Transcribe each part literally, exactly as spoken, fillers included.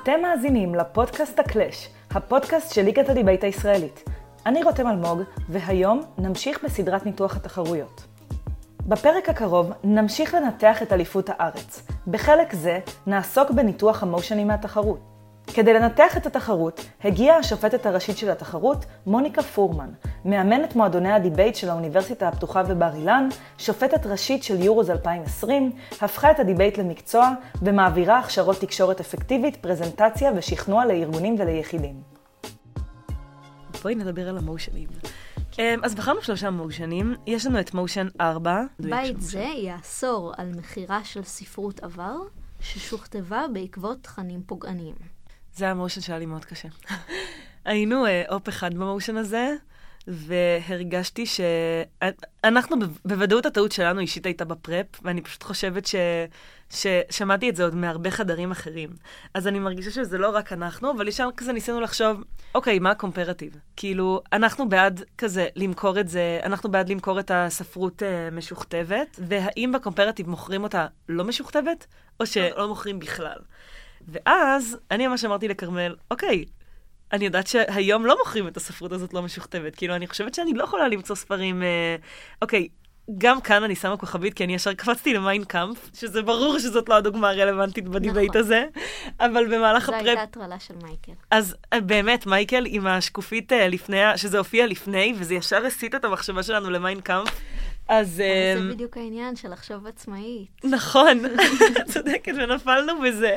אתם מאזינים לפודקאסט הקלאש, הפודקאסט של ליגת הדיבייט הישראלית. אני רותם אלמוג, והיום נמשיך בסדרת ניתוח התחרויות. בפרק הקרוב נמשיך לנתח את אליפות הארץ. בחלק זה נעסוק בניתוח המושנים מהתחרות. כדי לנתח את התחרות, הגיעה השופטת הראשית של התחרות, מוניקה פורמן, מאמנת מועדוני הדיבייט של האוניברסיטה הפתוחה ובר אילן, שופטת ראשית של יורוז אלפיים ועשרים, הפכה את הדיבייט למקצוע ומעבירה הכשרות תקשורת אפקטיבית, פרזנטציה ושכנוע לארגונים וליחידים. בואי נדבר על המושנים. אז בחרנו שלושה מושנים, יש לנו את מושן ארבע. בית זה יאסור על מחירה של ספרות עבר, ששוכתבה בעקבות תכנים פוגעניים. זה המושן שהיה לי מאוד קשה. היינו אופ אחד במושן הזה, והרגשתי שאנחנו, בוודאות הטעות שלנו אישית הייתה בפרפ, ואני פשוט חושבת ש... ששמעתי את זה עוד מהרבה חדרים אחרים. אז אני מרגישה שזה לא רק אנחנו, אבל ישר כזה ניסינו לחשוב, אוקיי, מה הקומפרטיב? כאילו, אנחנו בעד כזה למכור את זה, אנחנו בעד למכור את הספרות אה, משוכתבת, והאם בקומפרטיב מוכרים אותה לא משוכתבת, או שלא מוכרים בכלל. ואז אני ממש אמרתי לקרמל, אוקיי, אני יודעת שהיום לא מוכרים את הספרות הזאת לא משוכתבת. כאילו, אני חושבת שאני לא יכולה למצוא ספרים, אה, אוקיי, גם כאן אני שמה כוכבית, כי אני ישר קפצתי למיין קאמפ, שזה ברור שזאת לא הדוגמה הרלוונטית בדיבייט הזה, אבל במהלך הפרפ... זו הייתה הטרלה של מייקל. אז באמת, מייקל עם השקופית לפני, שזה הופיע לפני, וזה ישר הסיט את המחשבה שלנו למיין קאמפ. אז... זה בדיוק העניין של לחשוב עצמאית. נכון, צודקת, ונפלנו בזה.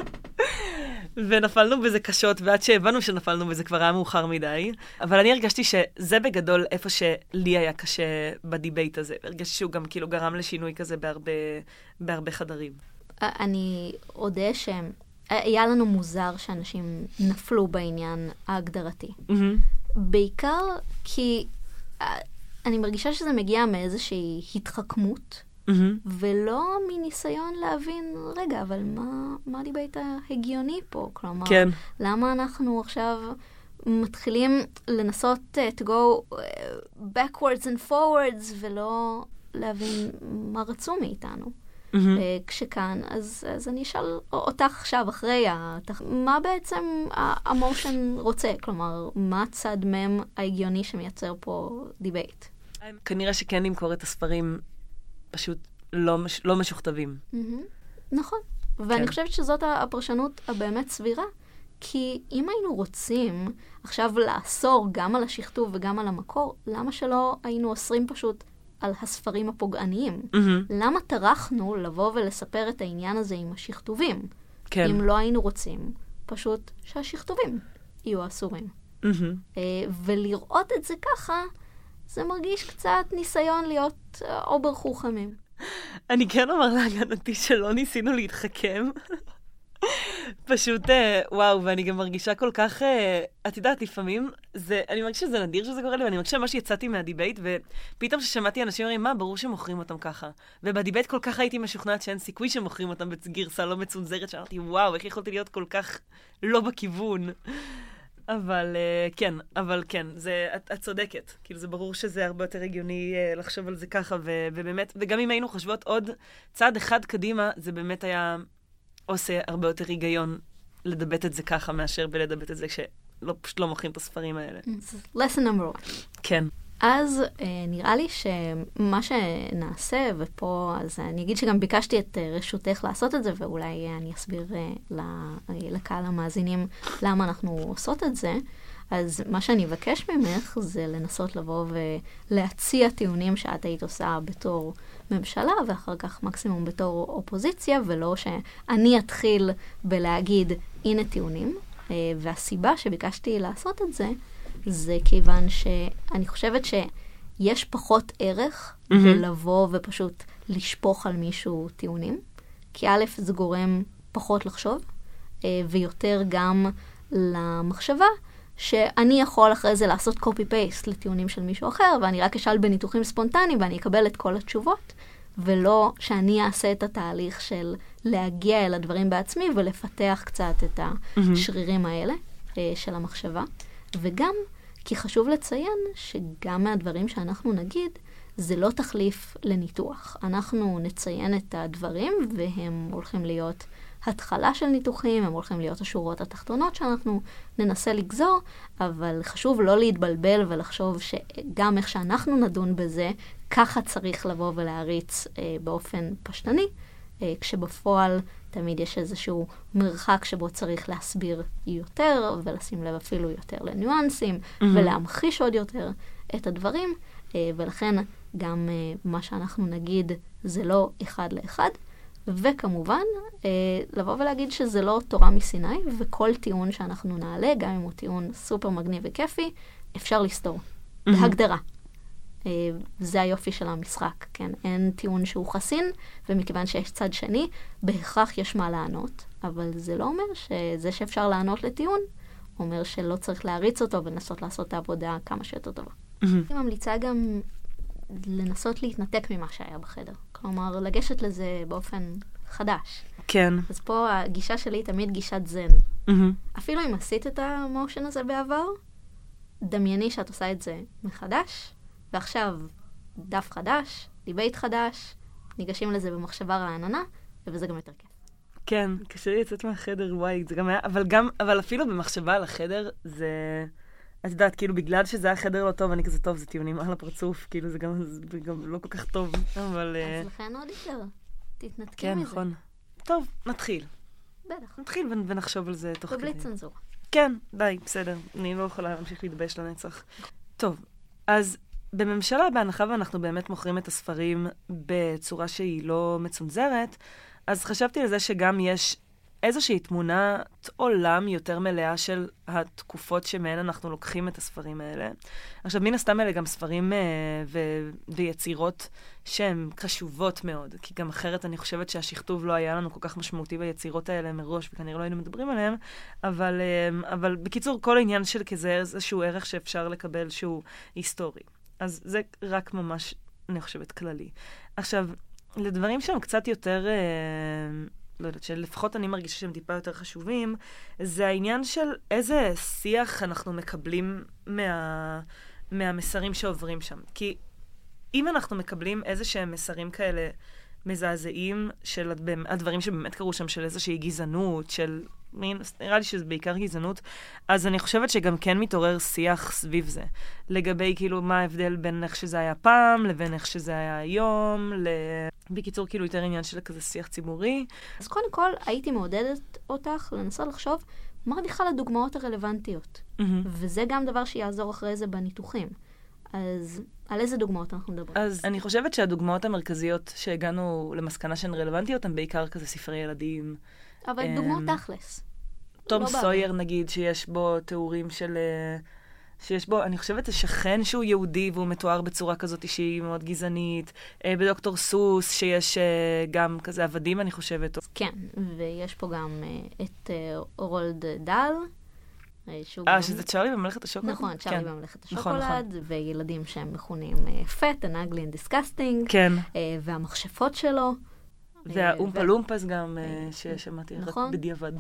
ונפלנו בזה קשות, ועד שהבנו שנפלנו בזה כבר היה מאוחר מדי. אבל אני הרגשתי שזה בגדול איפה שלי היה קשה בדיבייט הזה. הרגשתי שהוא גם כאילו גרם לשינוי כזה בהרבה, בהרבה חדרים. אני אודה שהם, היה לנו מוזר שאנשים נפלו בעניין ההגדרתי. בעיקר כי אני מרגישה שזה מגיע מאיזושהי התחכמות, Mm-hmm. ולא מניסיון להבין, רגע, אבל מה, מה הדיבייט ההגיוני פה? כלומר, כן. למה אנחנו עכשיו מתחילים לנסות uh, to go uh, backwards and forwards, ולא להבין מה רצו מאיתנו? Mm-hmm. Uh, כשכאן, אז, אז אני אשאל אותך עכשיו, אחרי, התח... מה בעצם המושן רוצה? כלומר, מה צד מהם ההגיוני שמייצר פה דיבייט? כנראה שכן למכור את הספרים פשוט לא, מש, לא משוכתבים. Mm-hmm. נכון. ואני כן. חושבת שזאת הפרשנות הבאמת סבירה, כי אם היינו רוצים עכשיו לאסור גם על השכתוב וגם על המקור, למה שלא היינו אוסרים פשוט על הספרים הפוגעניים? Mm-hmm. למה טרחנו לבוא ולספר את העניין הזה עם השכתובים? כן. אם לא היינו רוצים, פשוט שהשכתובים יהיו אסורים. Mm-hmm. ולראות את זה ככה, זה מרגיש קצת ניסיון להיות אובר חוכמים. אני כן אומר להגנתי שלא ניסינו להתחכם. פשוט, וואו, ואני גם מרגישה כל כך, את יודעת, לפעמים, זה, אני מרגישה שזה נדיר שזה קורה לי, ואני מרגישה ממש יצאתי מהדיבייט, ופתאום ששמעתי אנשים אומרים, מה, ברור שמוכרים אותם ככה. ובדיבייט כל כך הייתי משוכנעת שאין סיכוי שמוכרים אותם בגרסה לא מצונזרת, שאמרתי, וואו, איך יכולתי להיות כל כך לא בכיוון. אבל uh, כן, אבל כן, זה, את, את צודקת. כאילו זה ברור שזה הרבה יותר הגיוני uh, לחשוב על זה ככה, ו, ובאמת, וגם אם היינו חושבות עוד צעד אחד קדימה, זה באמת היה עושה הרבה יותר היגיון לדבט את זה ככה, מאשר בלדבט את זה כשלא, פשוט לא מוכרים את הספרים האלה. lesson number one. כן. אז uh, נראה לי שמה שנעשה, ופה, אז אני אגיד שגם ביקשתי את uh, רשותך לעשות את זה, ואולי uh, אני אסביר uh, לקהל המאזינים למה אנחנו עושות את זה. אז מה שאני אבקש ממך זה לנסות לבוא ולהציע טיעונים שאת היית עושה בתור ממשלה, ואחר כך מקסימום בתור אופוזיציה, ולא שאני אתחיל בלהגיד, הנה טיעונים. Uh, והסיבה שביקשתי לעשות את זה, זה כיוון שאני חושבת שיש פחות ערך mm-hmm. לבוא ופשוט לשפוך על מישהו טיעונים, כי א' זה גורם פחות לחשוב, ויותר גם למחשבה, שאני יכול אחרי זה לעשות copy-paste לטיעונים של מישהו אחר, ואני רק אשאל בניתוחים ספונטניים, ואני אקבל את כל התשובות, ולא שאני אעשה את התהליך של להגיע אל הדברים בעצמי, ולפתח קצת את השרירים האלה של המחשבה. וגם כי חשוב לציין שגם מהדברים שאנחנו נגיד, זה לא תחליף לניתוח. אנחנו נציין את הדברים, והם הולכים להיות התחלה של ניתוחים, הם הולכים להיות השורות התחתונות שאנחנו ננסה לגזור, אבל חשוב לא להתבלבל ולחשוב שגם איך שאנחנו נדון בזה, ככה צריך לבוא ולהריץ אה, באופן פשטני, אה, כשבפועל תמיד יש איזשהו מרחק שבו צריך להסביר יותר, ולשים לב אפילו יותר לניואנסים, mm-hmm. ולהמחיש עוד יותר את הדברים, אה, ולכן גם אה, מה שאנחנו נגיד זה לא אחד לאחד, וכמובן, אה, לבוא ולהגיד שזה לא תורה מסיני, וכל טיעון שאנחנו נעלה, גם אם הוא טיעון סופר מגניב וכיפי, אפשר לסתור. Mm-hmm. בהגדרה. אה, זה היופי של המשחק, כן? אין טיעון שהוא חסין, ומכיוון שיש צד שני, בהכרח יש מה לענות, אבל זה לא אומר שזה שאפשר לענות לטיעון, אומר שלא צריך להריץ אותו ולנסות לעשות את העבודה כמה שיותר טובה. Mm-hmm. אני ממליצה גם לנסות להתנתק ממה שהיה בחדר. כלומר, לגשת לזה באופן חדש. כן. אז פה הגישה שלי היא תמיד גישת זן. Mm-hmm. אפילו אם עשית את המושן הזה בעבר, דמייני שאת עושה את זה מחדש, ועכשיו דף חדש, דיבייט חדש, ניגשים לזה במחשבה רעננה, וזה גם יותר כיף. כן, קשה לי לצאת מהחדר, וואי, זה גם היה, אבל גם, אבל אפילו במחשבה על החדר, זה... את יודעת, כאילו, בגלל שזה היה חדר לא טוב, אני כזה טוב, זה טיעונים על הפרצוף, כאילו, זה גם, זה גם לא כל כך טוב, אבל... אז לכן עוד יותר, תתנתקי כן, מזה. כן, נכון. טוב, נתחיל. בטח. נתחיל ונחשוב על זה תוך כדי. ובלי צנזורה. כן, די, בסדר. אני לא יכולה להמשיך להתבייש לנצח. טוב, אז בממשלה, בהנחה ואנחנו באמת מוכרים את הספרים בצורה שהיא לא מצונזרת, אז חשבתי על זה שגם יש איזושהי תמונת עולם יותר מלאה של התקופות שמהן אנחנו לוקחים את הספרים האלה. עכשיו, מן הסתם אלה גם ספרים אה, ו- ויצירות שהן חשובות מאוד, כי גם אחרת אני חושבת שהשכתוב לא היה לנו כל כך משמעותי ביצירות האלה מראש, וכנראה לא היינו מדברים עליהם, אבל, אה, אבל בקיצור, כל העניין של כזה איזשהו ערך שאפשר לקבל שהוא היסטורי. אז זה רק ממש, אני חושבת, כללי. עכשיו, לדברים שהם קצת יותר... אה, לא יודעת, שלפחות אני מרגישה שהם טיפה יותר חשובים, זה העניין של איזה שיח אנחנו מקבלים מה, מהמסרים שעוברים שם. כי אם אנחנו מקבלים איזה שהם מסרים כאלה מזעזעים של הדברים שבאמת קרו שם, של איזושהי גזענות, של... נראה לי שזה בעיקר גזענות, אז אני חושבת שגם כן מתעורר שיח סביב זה. לגבי כאילו מה ההבדל בין איך שזה היה פעם, לבין איך שזה היה היום, ל... בקיצור כאילו יותר עניין של כזה שיח ציבורי. אז קודם כל הייתי מעודדת אותך לנסות לחשוב מה בכלל הדוגמאות הרלוונטיות. Mm-hmm. וזה גם דבר שיעזור אחרי זה בניתוחים. אז על איזה דוגמאות אנחנו מדברים? אז אני חושבת שהדוגמאות המרכזיות שהגענו למסקנה שהן רלוונטיות, הן בעיקר כזה ספרי ילדים. אבל um, דוגמאות תכלס. תום לא סויר בעבר. נגיד, שיש בו תיאורים של... שיש בו, אני חושבת, זה שכן שהוא יהודי, והוא מתואר בצורה כזאת שהיא מאוד גזענית. בדוקטור סוס, שיש גם כזה עבדים, אני חושבת. כן, ויש פה גם את רולד דל. אה, שזה צ'ארלי בממלכת השוקולד? נכון, צ'ארלי כן. בממלכת השוקולד, נכון, נכון. וילדים שהם מכונים fat and ugly and disgusting. כן. והמכשפות שלו. והאומפה ו... לומפס גם, ששמעתי נכון. רק בדיעבד.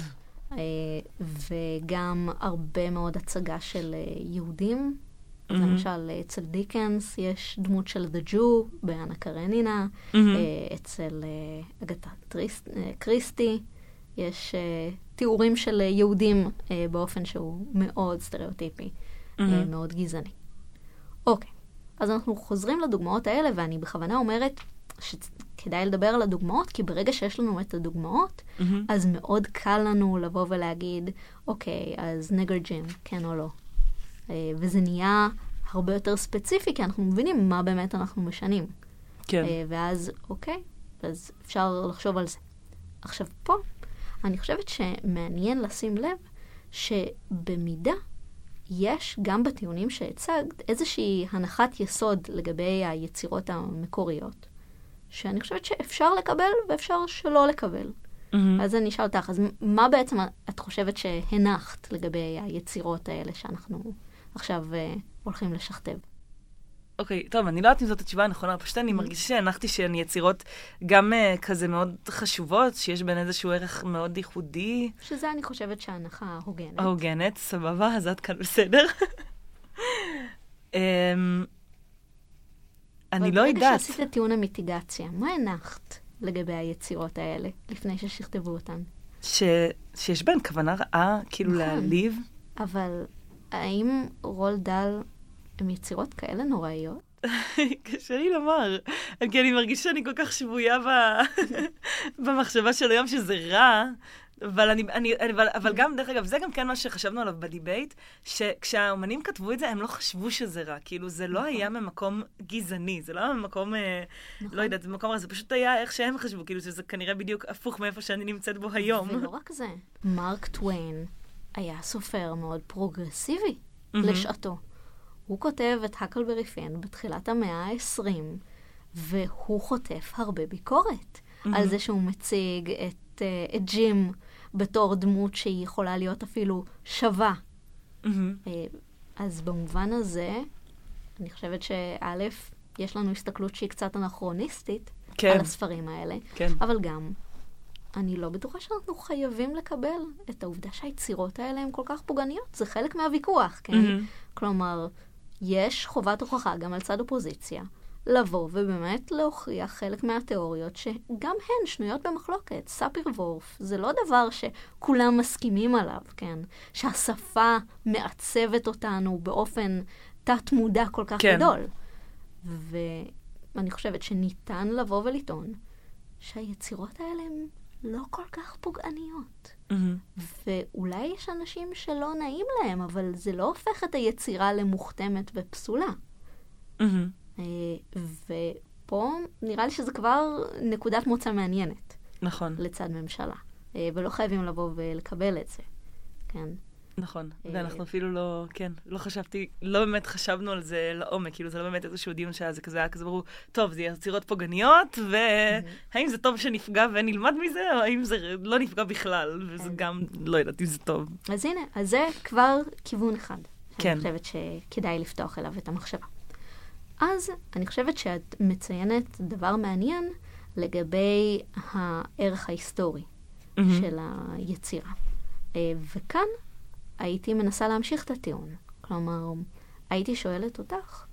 וגם הרבה מאוד הצגה של יהודים. Mm-hmm. למשל, אצל דיקנס יש דמות של The Jew, באנה קרנינה. Mm-hmm. אצל אגתה קריסטי יש תיאורים של יהודים באופן שהוא מאוד סטריאוטיפי, mm-hmm. מאוד גזעני. אוקיי, אז אנחנו חוזרים לדוגמאות האלה, ואני בכוונה אומרת שכדאי לדבר על הדוגמאות, כי ברגע שיש לנו את הדוגמאות, mm-hmm. אז מאוד קל לנו לבוא ולהגיד, אוקיי, אז נגר ג'ים, כן או לא. וזה נהיה הרבה יותר ספציפי, כי אנחנו מבינים מה באמת אנחנו משנים. כן. ואז, אוקיי, אז אפשר לחשוב על זה. עכשיו פה, אני חושבת שמעניין לשים לב שבמידה יש גם בטיעונים שהצגת איזושהי הנחת יסוד לגבי היצירות המקוריות, שאני חושבת שאפשר לקבל ואפשר שלא לקבל. Mm-hmm. אז אני אשאל אותך, אז מה בעצם את חושבת שהנחת לגבי היצירות האלה שאנחנו עכשיו uh, הולכים לשכתב? אוקיי, טוב, אני לא יודעת אם זאת התשובה הנכונה, פשוט אני מרגישה שהנחתי שהן יצירות גם uh, כזה מאוד חשובות, שיש בהן איזשהו ערך מאוד ייחודי. שזה אני חושבת שההנחה הוגנת. הוגנת, סבבה, אז את כאן בסדר. um, אני לא יודעת. ברגע שעשית טיעון המיטיגציה, מה הנחת לגבי היצירות האלה לפני ששכתבו אותן? ש... שיש בהן כוונה רעה, כאילו להעליב. אבל האם רולד דהל הן יצירות כאלה נוראיות? קשה לי לומר, כי אני מרגישה שאני כל כך שבויה ב... במחשבה של היום שזה רע, אבל, אני, אני, אבל, אבל גם, דרך אגב, זה גם כן מה שחשבנו עליו בדיבייט, שכשהאומנים כתבו את זה, הם לא חשבו שזה רע, כאילו זה לא היה ממקום גזעני, זה לא היה ממקום, לא יודעת, זה ממקום רע, זה פשוט היה איך שהם חשבו, כאילו שזה כנראה בדיוק הפוך מאיפה שאני נמצאת בו היום. ולא רק זה, מרק טוויין היה סופר מאוד פרוגרסיבי לשעתו. הוא כותב את הקלברי פין בתחילת המאה ה-עשרים, והוא חוטף הרבה ביקורת על זה שהוא מציג את, uh, את ג'ים בתור דמות שהיא יכולה להיות אפילו שווה. Uh, אז במובן הזה, אני חושבת שא', יש לנו הסתכלות שהיא קצת אנכרוניסטית כן. על הספרים האלה, כן. אבל גם, אני לא בטוחה שאנחנו חייבים לקבל את העובדה שהיצירות האלה הן כל כך פוגעניות. זה חלק מהוויכוח, כן? Mm-hmm. כלומר, יש חובת הוכחה גם על צד אופוזיציה, לבוא ובאמת להוכיח חלק מהתיאוריות שגם הן שנויות במחלוקת. ספיר וורף זה לא דבר שכולם מסכימים עליו, כן? שהשפה מעצבת אותנו באופן תת מודע כל כך כן. גדול. ואני חושבת שניתן לבוא ולטעון שהיצירות האלה הן לא כל כך פוגעניות. Mm-hmm. ואולי יש אנשים שלא נעים להם, אבל זה לא הופך את היצירה למוכתמת ופסולה. Mm-hmm. ופה נראה לי שזה כבר נקודת מוצא מעניינת. נכון. לצד ממשלה. ולא חייבים לבוא ולקבל את זה. כן. נכון. ואנחנו אפילו לא, כן, לא חשבתי, לא באמת חשבנו על זה לעומק, כאילו זה לא באמת איזשהו דיון שהיה זה כזה, היה כזה ברור, טוב, זה יצירות פוגעניות, והאם זה טוב שנפגע ונלמד מזה, או האם זה לא נפגע בכלל, וזה גם, לא יודעת אם זה טוב. אז הנה, אז זה כבר כיוון אחד. כן. אני חושבת שכדאי לפתוח אליו את המחשבה. אז אני חושבת שאת מציינת דבר מעניין לגבי הערך ההיסטורי של היצירה. וכאן הייתי מנסה להמשיך את הטיעון. כלומר, הייתי שואלת אותך,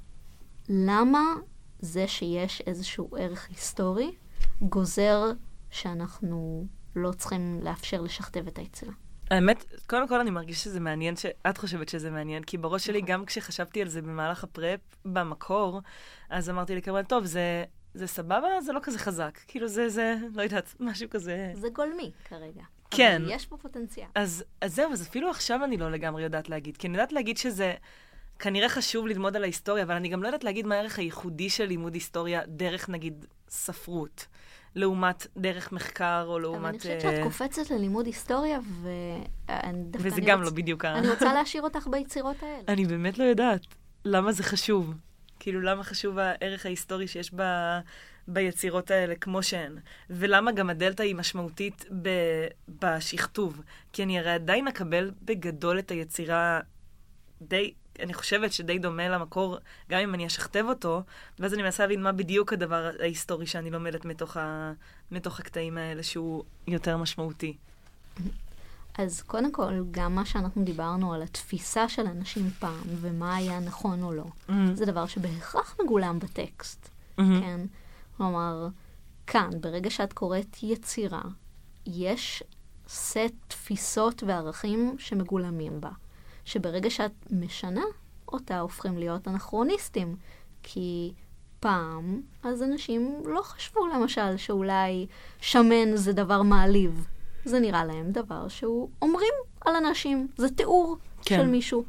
למה זה שיש איזשהו ערך היסטורי גוזר שאנחנו לא צריכים לאפשר לשכתב את היצירה? האמת, קודם כל אני מרגיש שזה מעניין, שאת חושבת שזה מעניין, כי בראש שלי גם כשחשבתי על זה במהלך הפרפ, במקור, אז אמרתי לי כמובן, טוב, זה, זה סבבה, זה לא כזה חזק. כאילו זה, זה, לא יודעת, משהו כזה... זה גולמי כרגע. כן. אבל יש פה פוטנציאל. אז, אז זהו, אז אפילו עכשיו אני לא לגמרי יודעת להגיד, כי אני יודעת להגיד שזה כנראה חשוב ללמוד על ההיסטוריה, אבל אני גם לא יודעת להגיד מה הערך הייחודי של לימוד היסטוריה דרך, נגיד, ספרות. לעומת דרך מחקר, או לעומת... אבל אני חושבת שאת קופצת ללימוד היסטוריה, ו... וזה גם לא בדיוק... אני רוצה להשאיר אותך ביצירות האלה. אני באמת לא יודעת למה זה חשוב. כאילו, למה חשוב הערך ההיסטורי שיש ב... ביצירות האלה, כמו שהן. ולמה גם הדלטה היא משמעותית ב... בשכתוב. כי אני הרי עדיין אקבל בגדול את היצירה די... אני חושבת שדי דומה למקור, גם אם אני אשכתב אותו, ואז אני מנסה להבין מה בדיוק הדבר ההיסטורי שאני לומדת מתוך, ה... מתוך הקטעים האלה, שהוא יותר משמעותי. אז קודם כל, גם מה שאנחנו דיברנו על התפיסה של אנשים פעם, ומה היה נכון או לא, mm-hmm. זה דבר שבהכרח מגולם בטקסט. Mm-hmm. כן? כלומר, כאן, ברגע שאת קוראת יצירה, יש סט תפיסות וערכים שמגולמים בה. שברגע שאת משנה אותה, הופכים להיות אנכרוניסטים. כי פעם, אז אנשים לא חשבו למשל שאולי שמן זה דבר מעליב. זה נראה להם דבר שהוא אומרים על אנשים. זה תיאור כן. של מישהו.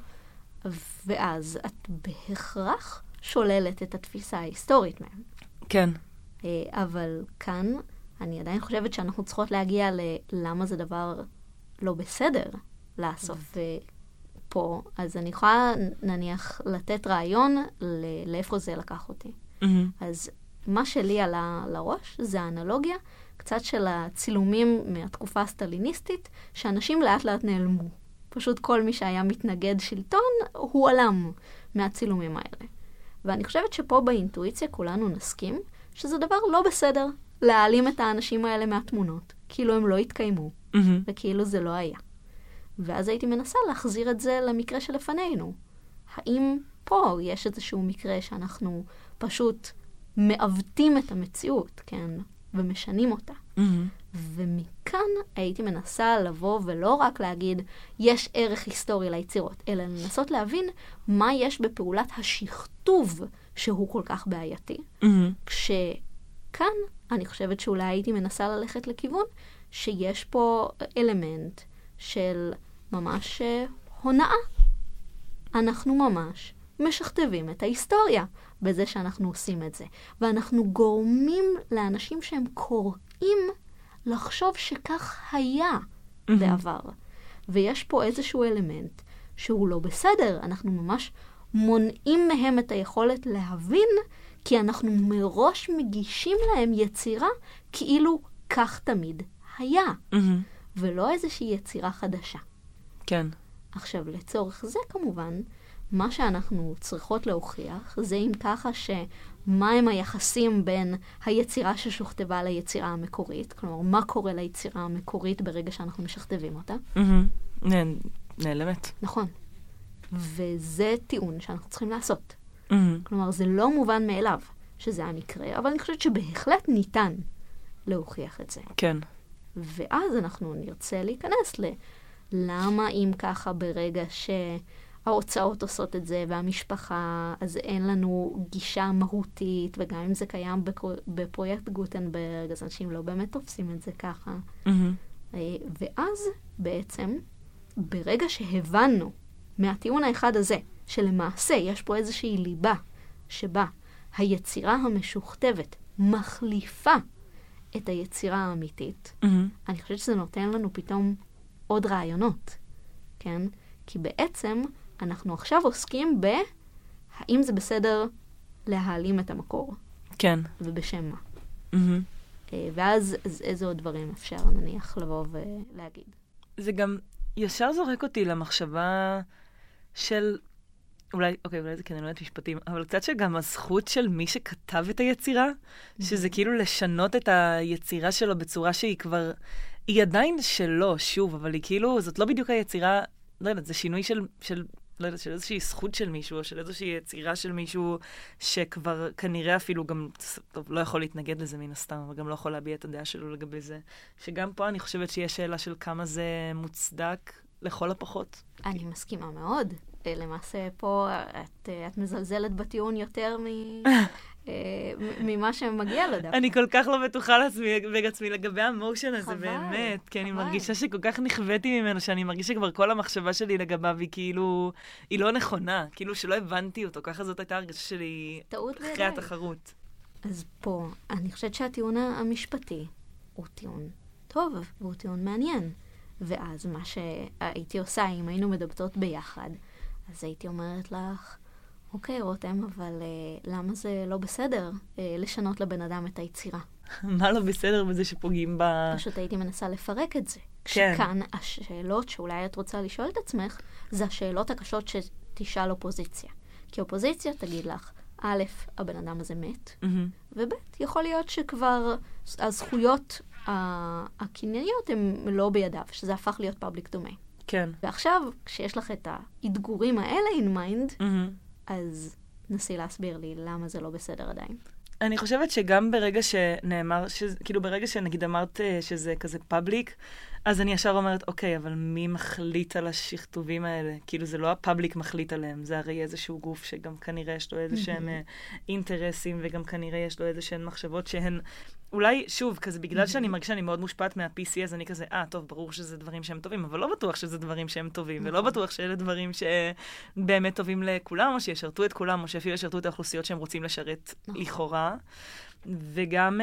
ואז את בהכרח שוללת את התפיסה ההיסטורית מהם. כן. אבל כאן, אני עדיין חושבת שאנחנו צריכות להגיע ללמה זה דבר לא בסדר לעשות. פה, אז אני יכולה נניח לתת רעיון לאיפה זה לקח אותי. Mm-hmm. אז מה שלי עלה לראש זה האנלוגיה קצת של הצילומים מהתקופה הסטליניסטית, שאנשים לאט לאט נעלמו. פשוט כל מי שהיה מתנגד שלטון, הוא עלם מהצילומים האלה. ואני חושבת שפה באינטואיציה כולנו נסכים שזה דבר לא בסדר להעלים את האנשים האלה מהתמונות, כאילו הם לא התקיימו, mm-hmm. וכאילו זה לא היה. ואז הייתי מנסה להחזיר את זה למקרה שלפנינו. האם פה יש איזשהו מקרה שאנחנו פשוט מעוותים את המציאות, כן, ומשנים אותה. Mm-hmm. ומכאן הייתי מנסה לבוא ולא רק להגיד, יש ערך היסטורי ליצירות, אלא לנסות להבין מה יש בפעולת השכתוב שהוא כל כך בעייתי. Mm-hmm. כשכאן אני חושבת שאולי הייתי מנסה ללכת לכיוון שיש פה אלמנט של ממש הונאה. אנחנו ממש משכתבים את ההיסטוריה בזה שאנחנו עושים את זה. ואנחנו גורמים לאנשים שהם קוראים לחשוב שכך היה mm-hmm. בעבר. ויש פה איזשהו אלמנט שהוא לא בסדר. אנחנו ממש מונעים מהם את היכולת להבין, כי אנחנו מראש מגישים להם יצירה כאילו כך תמיד היה. Mm-hmm. ולא איזושהי יצירה חדשה. כן. עכשיו, לצורך זה כמובן, מה שאנחנו צריכות להוכיח, זה אם ככה שמה הם היחסים בין היצירה ששוכתבה ליצירה המקורית, כלומר, מה קורה ליצירה המקורית ברגע שאנחנו משכתבים אותה. Mm-hmm. נעלמת. נכון. וזה טיעון שאנחנו צריכים לעשות. Mm-hmm. כלומר, זה לא מובן מאליו שזה המקרה, אבל אני חושבת שבהחלט ניתן להוכיח את זה. כן. ואז אנחנו נרצה להיכנס ל... למה אם ככה ברגע שההוצאות עושות את זה והמשפחה, אז אין לנו גישה מהותית, וגם אם זה קיים בפרויקט גוטנברג, אז אנשים לא באמת תופסים את זה ככה. Mm-hmm. ואז בעצם, ברגע שהבנו מהטיעון האחד הזה, שלמעשה יש פה איזושהי ליבה שבה היצירה המשוכתבת מחליפה את היצירה האמיתית, mm-hmm. אני חושבת שזה נותן לנו פתאום עוד רעיונות, כן? כי בעצם אנחנו עכשיו עוסקים ב... האם זה בסדר להעלים את המקור? כן. ובשם מה? Mm-hmm. ואז איזה עוד דברים אפשר נניח לבוא ולהגיד? זה גם ישר זורק אותי למחשבה של... אולי, אוקיי, אולי זה כן, אני לא יודעת משפטים, אבל קצת שגם הזכות של מי שכתב את היצירה, mm-hmm. שזה כאילו לשנות את היצירה שלו בצורה שהיא כבר... היא עדיין שלו, שוב, אבל היא כאילו, זאת לא בדיוק היצירה, לא יודעת, זה שינוי של, של, לא יודעת, של איזושהי זכות של מישהו, או של איזושהי יצירה של מישהו שכבר כנראה אפילו גם, טוב, לא יכול להתנגד לזה מן הסתם, אבל גם לא יכול להביע את הדעה שלו לגבי זה. שגם פה אני חושבת שיש שאלה של כמה זה מוצדק לכל הפחות. אני מסכימה מאוד. למעשה פה את, את מזלזלת בטיעון יותר מ... ממה שמגיע לו דווקא. אני כל כך לא בטוחה בעצמי לגבי המושן הזה, באמת, כי אני מרגישה שכל כך נכוויתי ממנו, שאני מרגישה שכבר כל המחשבה שלי לגביו היא כאילו, היא לא נכונה, כאילו שלא הבנתי אותו, ככה זאת הייתה הרגשה שלי אחרי התחרות. אז פה, אני חושבת שהטיעון המשפטי הוא טיעון טוב, והוא טיעון מעניין. ואז מה שהייתי עושה, אם היינו מדבטות ביחד, אז הייתי אומרת לך, אוקיי, רותם, אבל uh, למה זה לא בסדר uh, לשנות לבן אדם את היצירה? מה לא בסדר בזה שפוגעים ב... פשוט הייתי מנסה לפרק את זה. כן. כשכאן השאלות שאולי את רוצה לשאול את עצמך, זה השאלות הקשות שתשאל אופוזיציה. כי אופוזיציה תגיד לך, א', הבן אדם הזה מת, mm-hmm. וב', יכול להיות שכבר הזכויות הקנייניות הן לא בידיו, שזה הפך להיות פאבליק דומיין. כן. ועכשיו, כשיש לך את האתגורים האלה in mind, mm-hmm. אז נסי להסביר לי למה זה לא בסדר עדיין. אני חושבת שגם ברגע שנאמר, כאילו ברגע שנגיד אמרת שזה כזה פאבליק, אז אני ישר אומרת, אוקיי, אבל מי מחליט על השכתובים האלה? כאילו זה לא הפאבליק מחליט עליהם, זה הרי איזשהו גוף שגם כנראה יש לו איזה שהם אינטרסים, וגם כנראה יש לו איזה שהן מחשבות שהן, אולי, שוב, כזה בגלל שאני מרגישה שאני מאוד מושפעת מה-פי סי, אז אני כזה, אה, טוב, ברור שזה דברים שהם טובים, אבל לא בטוח שזה דברים שהם טובים, ולא בטוח שאלה דברים שבאמת טובים לכולם, או שישרתו את כולם, או שאפילו ישרתו את האוכלוסיות שהם רוצים לשרת לכאורה. וגם,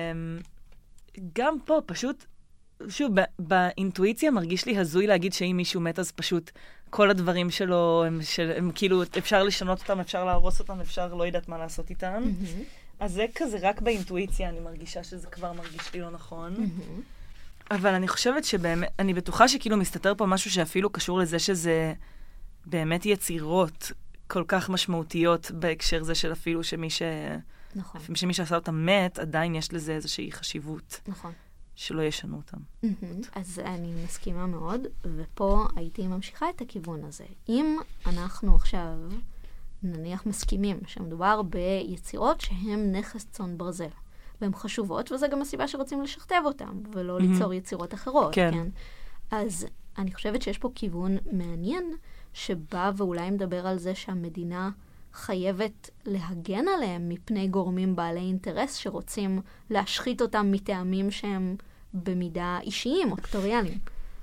גם פה, פשוט, שוב, באינטואיציה מרגיש לי הזוי להגיד שאם מישהו מת, אז פשוט כל הדברים שלו, הם, של, הם כאילו, אפשר לשנות אותם, אפשר להרוס אותם, אפשר לא יודעת מה לעשות איתם. אז זה כזה רק באינטואיציה, אני מרגישה שזה כבר מרגיש לי לא נכון. Mm-hmm. אבל אני חושבת שבאמת, אני בטוחה שכאילו מסתתר פה משהו שאפילו קשור לזה שזה באמת יצירות כל כך משמעותיות בהקשר זה של אפילו שמי ש... נכון. שמי שעשה אותם מת, עדיין יש לזה איזושהי חשיבות. נכון. שלא ישנו אותם. Mm-hmm. אז אני מסכימה מאוד, ופה הייתי ממשיכה את הכיוון הזה. אם אנחנו עכשיו... נניח מסכימים שמדובר ביצירות שהן נכס צאן ברזל. והן חשובות, וזה גם הסיבה שרוצים לשכתב אותן, ולא ליצור יצירות אחרות, כן. כן? אז אני חושבת שיש פה כיוון מעניין, שבא ואולי מדבר על זה שהמדינה חייבת להגן עליהם מפני גורמים בעלי אינטרס שרוצים להשחית אותם מטעמים שהם במידה אישיים או קטוריאליים.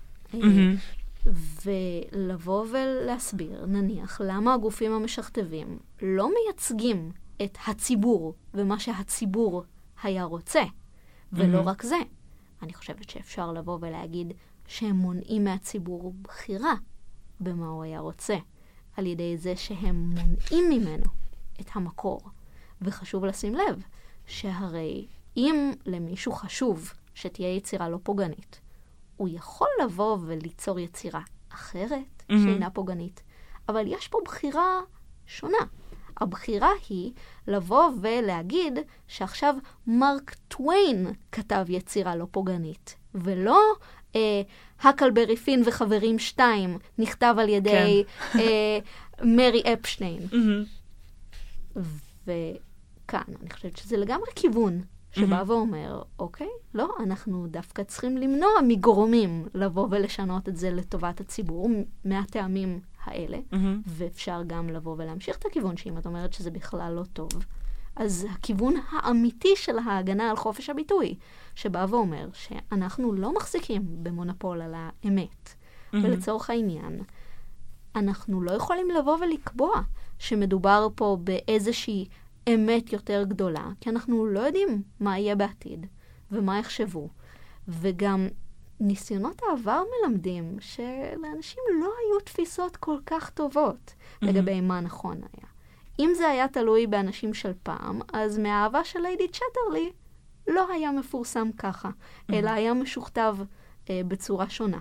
ולבוא ולהסביר, נניח, למה הגופים המשכתבים לא מייצגים את הציבור ומה שהציבור היה רוצה. ולא רק זה. אני חושבת שאפשר לבוא ולהגיד שהם מונעים מהציבור בחירה במה הוא היה רוצה. על ידי זה שהם מונעים ממנו את המקור. וחשוב לשים לב שהרי אם למישהו חשוב שתהיה יצירה לא פוגענית, הוא יכול לבוא וליצור יצירה אחרת mm-hmm. שאינה פוגענית. אבל יש פה בחירה שונה. הבחירה היא לבוא ולהגיד שעכשיו מרק טוויין כתב יצירה לא פוגענית, ולא אה, הקלברי פין וחברים שתיים נכתב על ידי כן. אה, מרי אפשטיין. Mm-hmm. וכאן אני חושבת שזה לגמרי כיוון שבא mm-hmm. ואומר, אוקיי, לא, אנחנו דווקא צריכים למנוע מגורמים לבוא ולשנות את זה לטובת הציבור מהטעמים האלה, mm-hmm. ואפשר גם לבוא ולהמשיך את הכיוון שאם את אומרת שזה בכלל לא טוב. אז הכיוון האמיתי של ההגנה על חופש הביטוי, שבא ואומר שאנחנו לא מחזיקים במונופול על האמת, mm-hmm. ולצורך העניין, אנחנו לא יכולים לבוא ולקבוע שמדובר פה באיזושהי אמת יותר גדולה, כי אנחנו לא יודעים מה יהיה בעתיד, ומה יחשבו. וגם ניסיונות העבר מלמדים שלאנשים לא היו תפיסות כל כך טובות mm-hmm. לגבי מה נכון היה. אם זה היה תלוי באנשים של פעם, אז מהאהבה של ליידי צ'טרלי לא היה מפורסם ככה, mm-hmm. אלא היה משוכתב אה, בצורה שונה.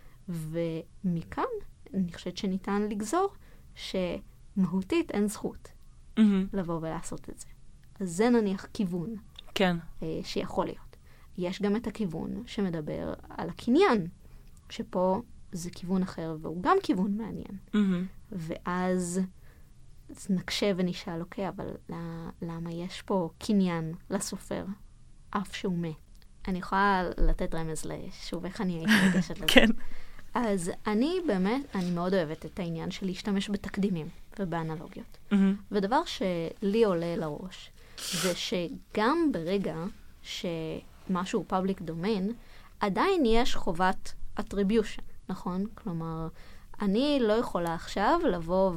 ומכאן אני חושבת שניתן לגזור שמהותית אין זכות mm-hmm. לבוא ולעשות את זה. אז זה נניח כיוון כן. אה, שיכול להיות. יש גם את הכיוון שמדבר על הקניין, שפה זה כיוון אחר, והוא גם כיוון מעניין. Mm-hmm. ואז נקשה ונשאל, אוקיי, אבל למה יש פה קניין לסופר, אף שהוא מת? אני יכולה לתת רמז לשוב איך אני הייתי מגשת לזה. כן. אז אני באמת, אני מאוד אוהבת את העניין של להשתמש בתקדימים ובאנלוגיות. Mm-hmm. ודבר שלי עולה לראש, זה שגם ברגע שמשהו פאבליק דומיין, עדיין יש חובת attribution, נכון? כלומר, אני לא יכולה עכשיו לבוא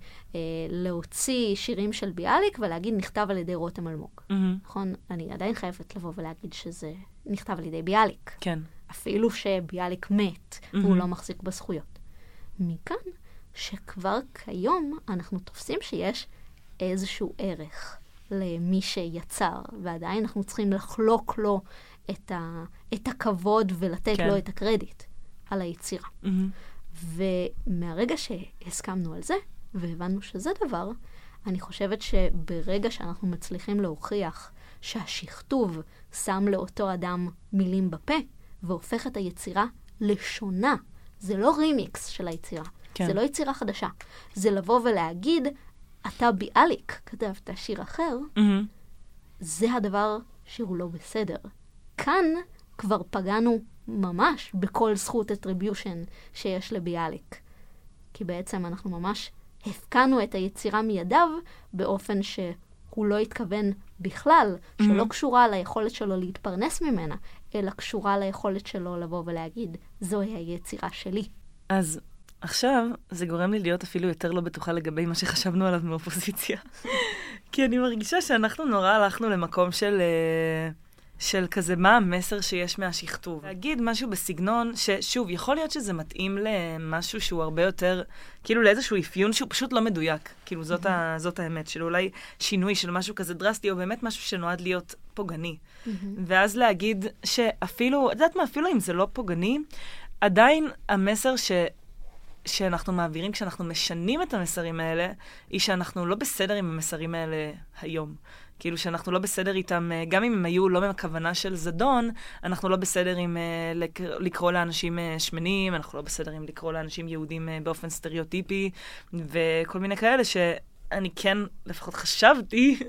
ולהוציא שירים של ביאליק ולהגיד נכתב על ידי רותם אלמוג. Mm-hmm. נכון? אני עדיין חייבת לבוא ולהגיד שזה נכתב על ידי ביאליק. כן. אפילו שביאליק מת, mm-hmm. והוא לא מחזיק בזכויות. מכאן שכבר כיום אנחנו תופסים שיש איזשהו ערך למי שיצר, ועדיין אנחנו צריכים לחלוק לו את, ה, את הכבוד ולתת כן. לו את הקרדיט על היצירה. Mm-hmm. ומהרגע שהסכמנו על זה, והבנו שזה דבר, אני חושבת שברגע שאנחנו מצליחים להוכיח שהשכתוב שם לאותו אדם מילים בפה, והופך את היצירה לשונה. זה לא רימיקס של היצירה. כן. זה לא יצירה חדשה. זה לבוא ולהגיד, אתה ביאליק, כתבת שיר אחר, mm-hmm. זה הדבר שהוא לא בסדר. כאן כבר פגענו ממש בכל זכות attribution שיש לביאליק. כי בעצם אנחנו ממש הפקענו את היצירה מידיו באופן שהוא לא התכוון בכלל, mm-hmm. שלא קשורה ליכולת שלו להתפרנס ממנה, אלא קשורה ליכולת שלו לבוא ולהגיד, זוהי היצירה שלי. אז עכשיו זה גורם לי להיות אפילו יותר לא בטוחה לגבי מה שחשבנו עליו מאופוזיציה. כי אני מרגישה שאנחנו נורא הלכנו למקום של, של כזה מה המסר שיש מהשכתוב. להגיד משהו בסגנון ששוב, יכול להיות שזה מתאים למשהו שהוא הרבה יותר, כאילו לאיזשהו אפיון שהוא פשוט לא מדויק. כאילו זאת, ה, זאת האמת, של אולי שינוי של משהו כזה דרסטי, או באמת משהו שנועד להיות פוגעני. ואז להגיד שאפילו, את יודעת מה, אפילו אם זה לא פוגעני, עדיין המסר ש... שאנחנו מעבירים כשאנחנו משנים את המסרים האלה, היא שאנחנו לא בסדר עם המסרים האלה היום. כאילו שאנחנו לא בסדר איתם, גם אם הם היו לא מהכוונה של זדון, אנחנו לא בסדר עם לקרוא לאנשים שמנים, אנחנו לא בסדר עם לקרוא לאנשים יהודים באופן סטריאוטיפי, וכל מיני כאלה שאני כן לפחות חשבתי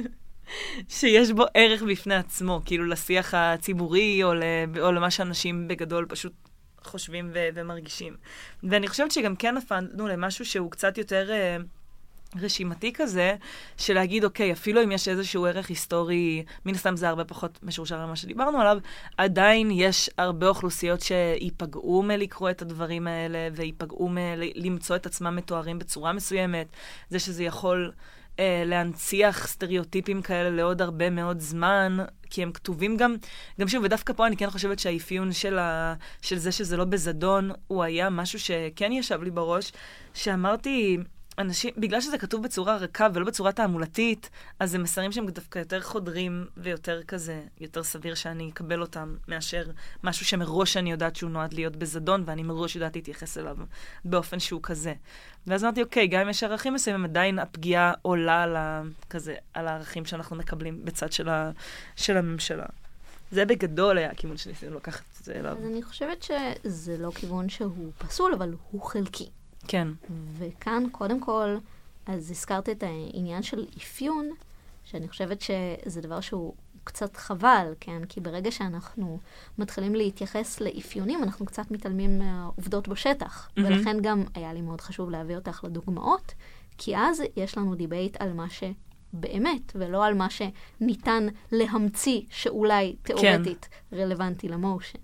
שיש בו ערך בפני עצמו, כאילו לשיח הציבורי, או, ל, או למה שאנשים בגדול פשוט חושבים ו, ומרגישים. ואני חושבת שגם כן נפלנו למשהו שהוא קצת יותר אה, רשימתי כזה, של להגיד, אוקיי, אפילו אם יש איזשהו ערך היסטורי, מן הסתם זה הרבה פחות משורשר על מה שדיברנו עליו, עדיין יש הרבה אוכלוסיות שיפגעו מלקרוא את הדברים האלה, ויפגעו מלמצוא את עצמם מתוארים בצורה מסוימת. זה שזה יכול אה, להנציח סטריאוטיפים כאלה לעוד הרבה מאוד זמן, כי הם כתובים גם, גם שוב, ודווקא פה אני כן חושבת שהאפיון של, ה, של זה שזה לא בזדון, הוא היה משהו שכן ישב לי בראש, שאמרתי, אנשים, בגלל שזה כתוב בצורה רכה ולא בצורה תעמולתית, אז זה מסרים שהם דווקא יותר חודרים ויותר כזה, יותר סביר שאני אקבל אותם, מאשר משהו שמראש אני יודעת שהוא נועד להיות בזדון, ואני מראש יודעת להתייחס אליו באופן שהוא כזה. ואז אמרתי, אוקיי, גם אם יש ערכים מסוימים, עדיין הפגיעה עולה על, ה, כזה, על הערכים שאנחנו מקבלים בצד של, ה, של הממשלה. זה בגדול היה הכיוון שניסינו לקחת את זה אליו. אז אני חושבת שזה לא כיוון שהוא פסול, אבל הוא חלקי. כן. וכאן, קודם כל, אז הזכרת את העניין של אפיון, שאני חושבת שזה דבר שהוא קצת חבל, כן? כי ברגע שאנחנו מתחילים להתייחס לאפיונים, אנחנו קצת מתעלמים מהעובדות בשטח. Mm-hmm. ולכן גם היה לי מאוד חשוב להביא אותך לדוגמאות, כי אז יש לנו דיבייט על מה שבאמת, ולא על מה שניתן להמציא שאולי תיאורטית כן. רלוונטי למושן.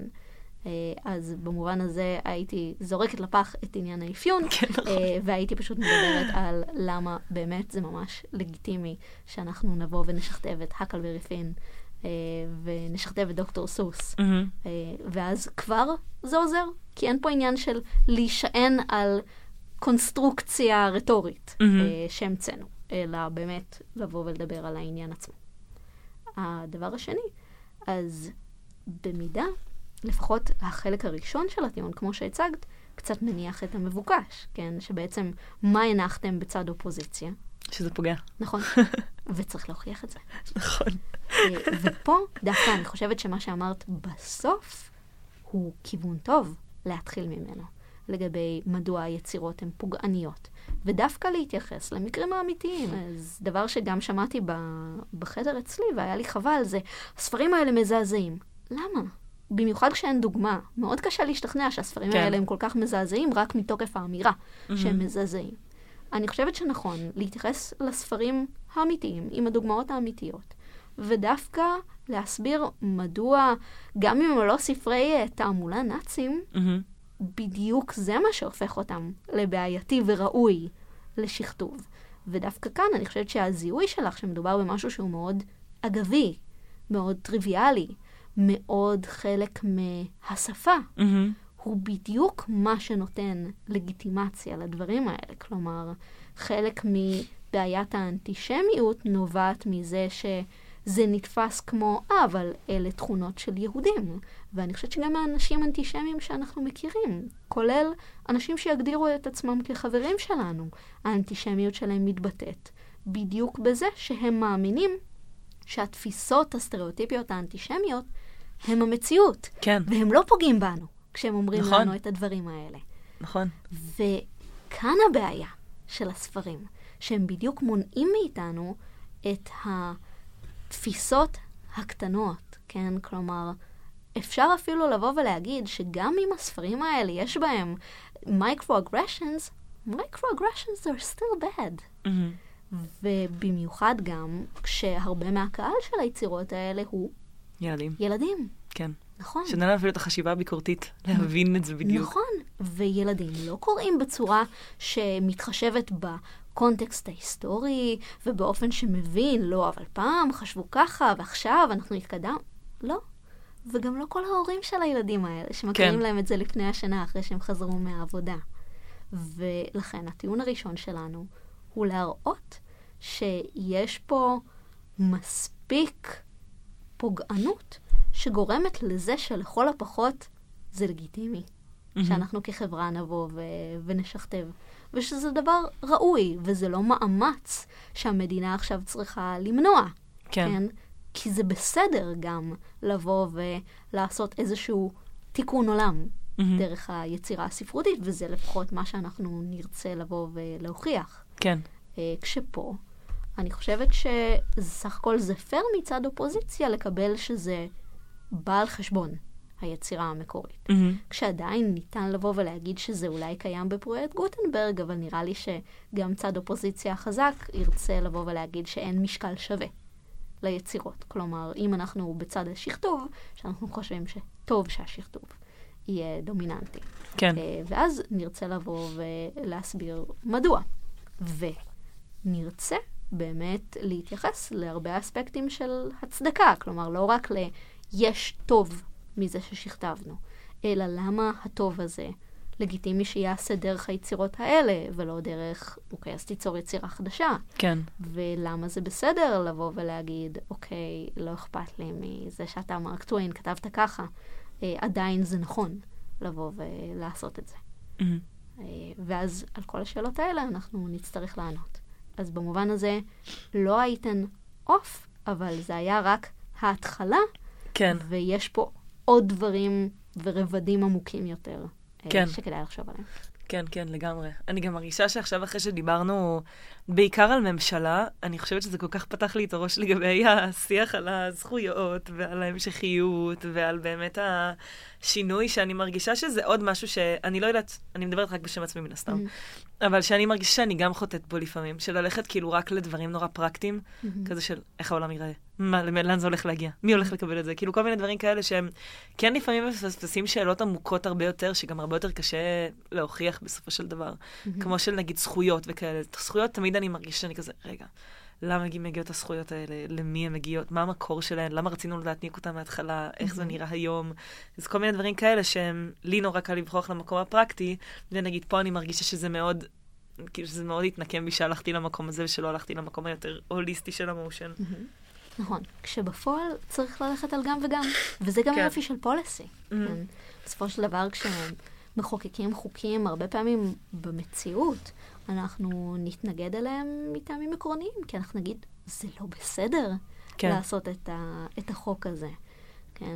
אז במובן הזה הייתי זורקת לפח את עניין האפיון, והייתי פשוט מדברת על למה באמת זה ממש לגיטימי שאנחנו נבוא ונשכתב את הקלברי פין, ונשכתב את דוקטור סוס. ואז כבר זה עוזר, כי אין פה עניין של להישען על קונסטרוקציה רטורית שהמצאנו, אלא באמת לבוא ולדבר על העניין עצמו. הדבר השני, אז במידה, לפחות החלק הראשון של הטיעון, כמו שהצגת, קצת מניח את המבוקש, כן? שבעצם מה הנחתם בצד אופוזיציה? שזה פוגע. נכון. וצריך להוכיח את זה. נכון. ופה, דווקא אני חושבת שמה שאמרת בסוף, הוא כיוון טוב להתחיל ממנו, לגבי מדוע היצירות הן פוגעניות. ודווקא להתייחס למקרים האמיתיים. אז דבר שגם שמעתי בחדר אצלי, והיה לי חבל, זה, הספרים האלה מזעזעים. למה? במיוחד כשאין דוגמה. מאוד קשה להשתכנע שהספרים כן. האלה הם כל כך מזעזעים, רק מתוקף האמירה mm-hmm. שהם מזעזעים. אני חושבת שנכון להתייחס לספרים האמיתיים, עם הדוגמאות האמיתיות, ודווקא להסביר מדוע, גם אם הם לא ספרי תעמולה נאצים, mm-hmm. בדיוק זה מה שהופך אותם לבעייתי וראוי לשכתוב. ודווקא כאן אני חושבת שהזיהוי שלך, שמדובר במשהו שהוא מאוד אגבי, מאוד טריוויאלי, מאוד חלק מהשפה, mm-hmm. הוא בדיוק מה שנותן לגיטימציה לדברים האלה. כלומר, חלק מבעיית האנטישמיות נובעת מזה שזה נתפס כמו, אה, אבל אלה תכונות של יהודים. ואני חושבת שגם האנשים אנטישמיים שאנחנו מכירים, כולל אנשים שיגדירו את עצמם כחברים שלנו, האנטישמיות שלהם מתבטאת בדיוק בזה שהם מאמינים שהתפיסות הסטריאוטיפיות האנטישמיות הם המציאות. כן. והם לא פוגעים בנו כשהם אומרים נכון. לנו את הדברים האלה. נכון. וכאן הבעיה של הספרים, שהם בדיוק מונעים מאיתנו את התפיסות הקטנות, כן? כלומר, אפשר אפילו לבוא ולהגיד שגם אם הספרים האלה יש בהם microaggressions, microaggressions are still bad. Mm-hmm. ובמיוחד גם כשהרבה מהקהל של היצירות האלה הוא ילדים. ילדים. כן. נכון. שנראה אפילו את החשיבה הביקורתית, להבין את זה בדיוק. נכון. וילדים לא קוראים בצורה שמתחשבת בקונטקסט ההיסטורי, ובאופן שמבין, לא, אבל פעם חשבו ככה, ועכשיו אנחנו נתקדם. לא. וגם לא כל ההורים של הילדים האלה, שמכירים כן. להם את זה לפני השנה, אחרי שהם חזרו מהעבודה. ולכן, הטיעון הראשון שלנו הוא להראות שיש פה מספיק פוגענות שגורמת לזה שלכל הפחות זה לגיטימי. Mm-hmm. שאנחנו כחברה נבוא ו- ונשכתב. ושזה דבר ראוי, וזה לא מאמץ שהמדינה עכשיו צריכה למנוע. כן. כן? כי זה בסדר גם לבוא ולעשות איזשהו תיקון עולם mm-hmm. דרך היצירה הספרותית, וזה לפחות מה שאנחנו נרצה לבוא ולהוכיח. כן. כשפה אני חושבת שסך הכל זה פייר מצד אופוזיציה לקבל שזה בא על חשבון היצירה המקורית. Mm-hmm. כשעדיין ניתן לבוא ולהגיד שזה אולי קיים בפרויקט גוטנברג, אבל נראה לי שגם צד אופוזיציה החזק ירצה לבוא ולהגיד שאין משקל שווה ליצירות. כלומר, אם אנחנו בצד השכתוב, שאנחנו חושבים שטוב שהשכתוב יהיה דומיננטי. כן. ואז נרצה לבוא ולהסביר מדוע. ונרצה באמת להתייחס להרבה אספקטים של הצדקה. כלומר, לא רק ל... יש טוב מזה ששכתבנו, אלא למה הטוב הזה לגיטימי שיעשה דרך היצירות האלה, ולא דרך, אוקיי, אז תיצור יצירה חדשה. כן. ולמה זה בסדר לבוא ולהגיד, אוקיי, לא אכפת לי מזה שאתה מרק טוויין, כתבת ככה, אה, עדיין זה נכון לבוא ולעשות את זה. Mm-hmm. אה, ואז על כל השאלות האלה אנחנו נצטרך לענות. אז במובן הזה לא הייתן אוף, אבל זה היה רק ההתחלה, כן. ויש פה עוד דברים ורבדים עמוקים יותר, כן. שכדאי לחשוב עליהם. כן, כן, לגמרי. אני גם מרגישה שעכשיו אחרי שדיברנו בעיקר על ממשלה, אני חושבת שזה כל כך פתח לי את הראש לגבי השיח על הזכויות ועל ההמשכיות ועל באמת השינוי, שאני מרגישה שזה עוד משהו שאני לא יודעת, אני מדברת רק בשם עצמי מן הסתם, mm-hmm. אבל שאני מרגישה שאני גם חוטאת בו לפעמים, של ללכת כאילו רק לדברים נורא פרקטיים, mm-hmm. כזה של איך העולם ייראה, מה, לאן זה הולך להגיע, מי הולך לקבל את זה, כאילו כל מיני דברים כאלה שהם כן לפעמים מפספסים שאלות עמוקות הרבה יותר, שגם הרבה יותר קשה להוכיח בסופו של דבר, mm-hmm. כמו של נגיד זכויות וכאלה. זכויות תמיד אני מרגיש שאני כזה, רגע, למה מגיעות הזכויות האלה? למי הן מגיעות? מה המקור שלהן? למה רצינו להתניק אותן מההתחלה? איך mm-hmm. זה נראה היום? אז כל מיני דברים כאלה שהם לי נורא קל לברוח למקום הפרקטי, ונגיד פה אני מרגישה שזה מאוד, כאילו שזה מאוד התנקם בי שהלכתי למקום הזה ושלא הלכתי למקום היותר הוליסטי של המושן. Mm-hmm. נכון. כשבפועל צריך ללכת על גם וגם, וזה גם יופי של פוליסי. Mm-hmm. בסופו של דבר כשהם מחוקקים חוקים הרבה פעמים במציאות, אנחנו נתנגד אליהם מטעמים עקרוניים, כי אנחנו נגיד, זה לא בסדר כן. לעשות את, ה, את החוק הזה. כן?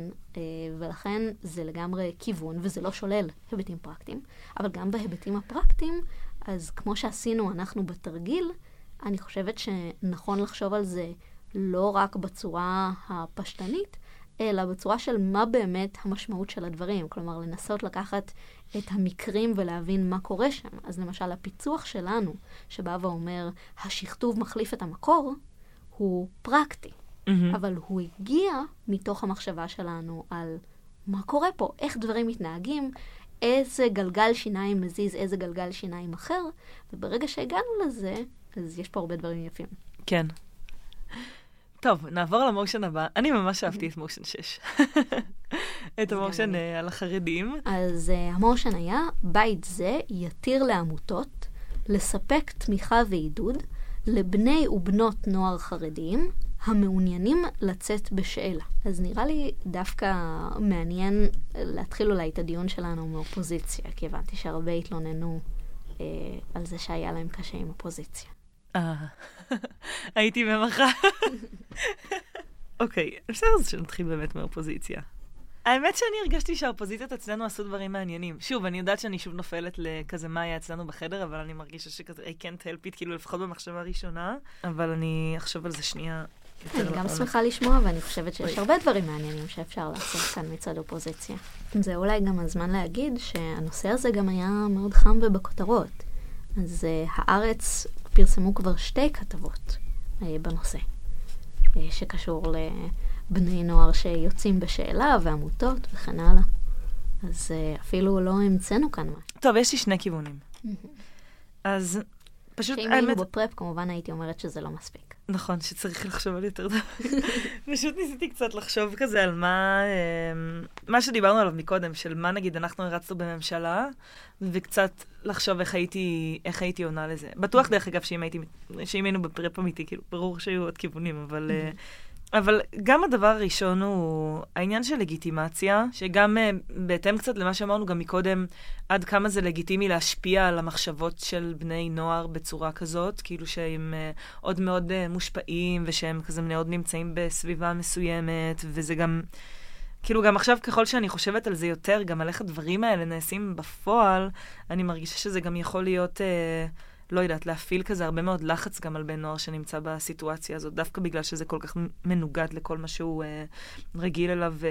ולכן זה לגמרי כיוון, וזה לא שולל היבטים פרקטיים, אבל גם בהיבטים הפרקטיים, אז כמו שעשינו אנחנו בתרגיל, אני חושבת שנכון לחשוב על זה לא רק בצורה הפשטנית, אלא בצורה של מה באמת המשמעות של הדברים. כלומר, לנסות לקחת את המקרים ולהבין מה קורה שם. אז למשל, הפיצוח שלנו, שבא ואומר, השכתוב מחליף את המקור, הוא פרקטי. Mm-hmm. אבל הוא הגיע מתוך המחשבה שלנו על מה קורה פה, איך דברים מתנהגים, איזה גלגל שיניים מזיז, איזה גלגל שיניים אחר, וברגע שהגענו לזה, אז יש פה הרבה דברים יפים. כן. טוב, נעבור למושן הבא. אני ממש אהבתי את מושן שש. את המושן על החרדים. אז המושן היה, בית זה יתיר לעמותות לספק תמיכה ועידוד לבני ובנות נוער חרדיים המעוניינים לצאת בשאלה. אז נראה לי דווקא מעניין להתחיל אולי את הדיון שלנו מאופוזיציה, כי הבנתי שהרבה התלוננו אה, על זה שהיה להם קשה עם אופוזיציה. אה, הייתי במחה. אוקיי, אפשר אז שנתחיל באמת מאופוזיציה. האמת שאני הרגשתי שהאופוזיציות אצלנו עשו דברים מעניינים. שוב, אני יודעת שאני שוב נופלת לכזה מה היה אצלנו בחדר, אבל אני מרגישה שכזה, I can't help it, כאילו לפחות במחשבה הראשונה, אבל אני אחשוב על זה שנייה. אני גם שמחה לשמוע, ואני חושבת שיש הרבה דברים מעניינים שאפשר לעשות כאן מצד אופוזיציה. זה אולי גם הזמן להגיד שהנושא הזה גם היה מאוד חם ובכותרות. אז הארץ פרסמו כבר שתי כתבות בנושא, שקשור לבני נוער שיוצאים בשאלה ועמותות וכן הלאה. אז אפילו לא המצאנו כאן מה. טוב, יש לי שני כיוונים. אז פשוט... שאם היינו בפרפ, כמובן הייתי אומרת שזה לא מספיק. נכון, שצריך לחשוב על יותר דבר. פשוט ניסיתי קצת לחשוב כזה על מה, מה שדיברנו עליו מקודם, של מה נגיד אנחנו הרצנו בממשלה, וקצת לחשוב איך הייתי, איך הייתי עונה לזה. בטוח דרך אגב שאם הייתי, שאם היינו בפרפ אמיתי, כאילו, ברור שהיו עוד כיוונים, אבל... אבל גם הדבר הראשון הוא העניין של לגיטימציה, שגם uh, בהתאם קצת למה שאמרנו גם מקודם, עד כמה זה לגיטימי להשפיע על המחשבות של בני נוער בצורה כזאת, כאילו שהם uh, עוד מאוד uh, מושפעים, ושהם כזה מאוד נמצאים בסביבה מסוימת, וזה גם, כאילו גם עכשיו ככל שאני חושבת על זה יותר, גם על איך הדברים האלה נעשים בפועל, אני מרגישה שזה גם יכול להיות... Uh, לא יודעת, להפעיל כזה הרבה מאוד לחץ גם על בן נוער שנמצא בסיטואציה הזאת, דווקא בגלל שזה כל כך מנוגד לכל מה שהוא אה, רגיל אליו אה,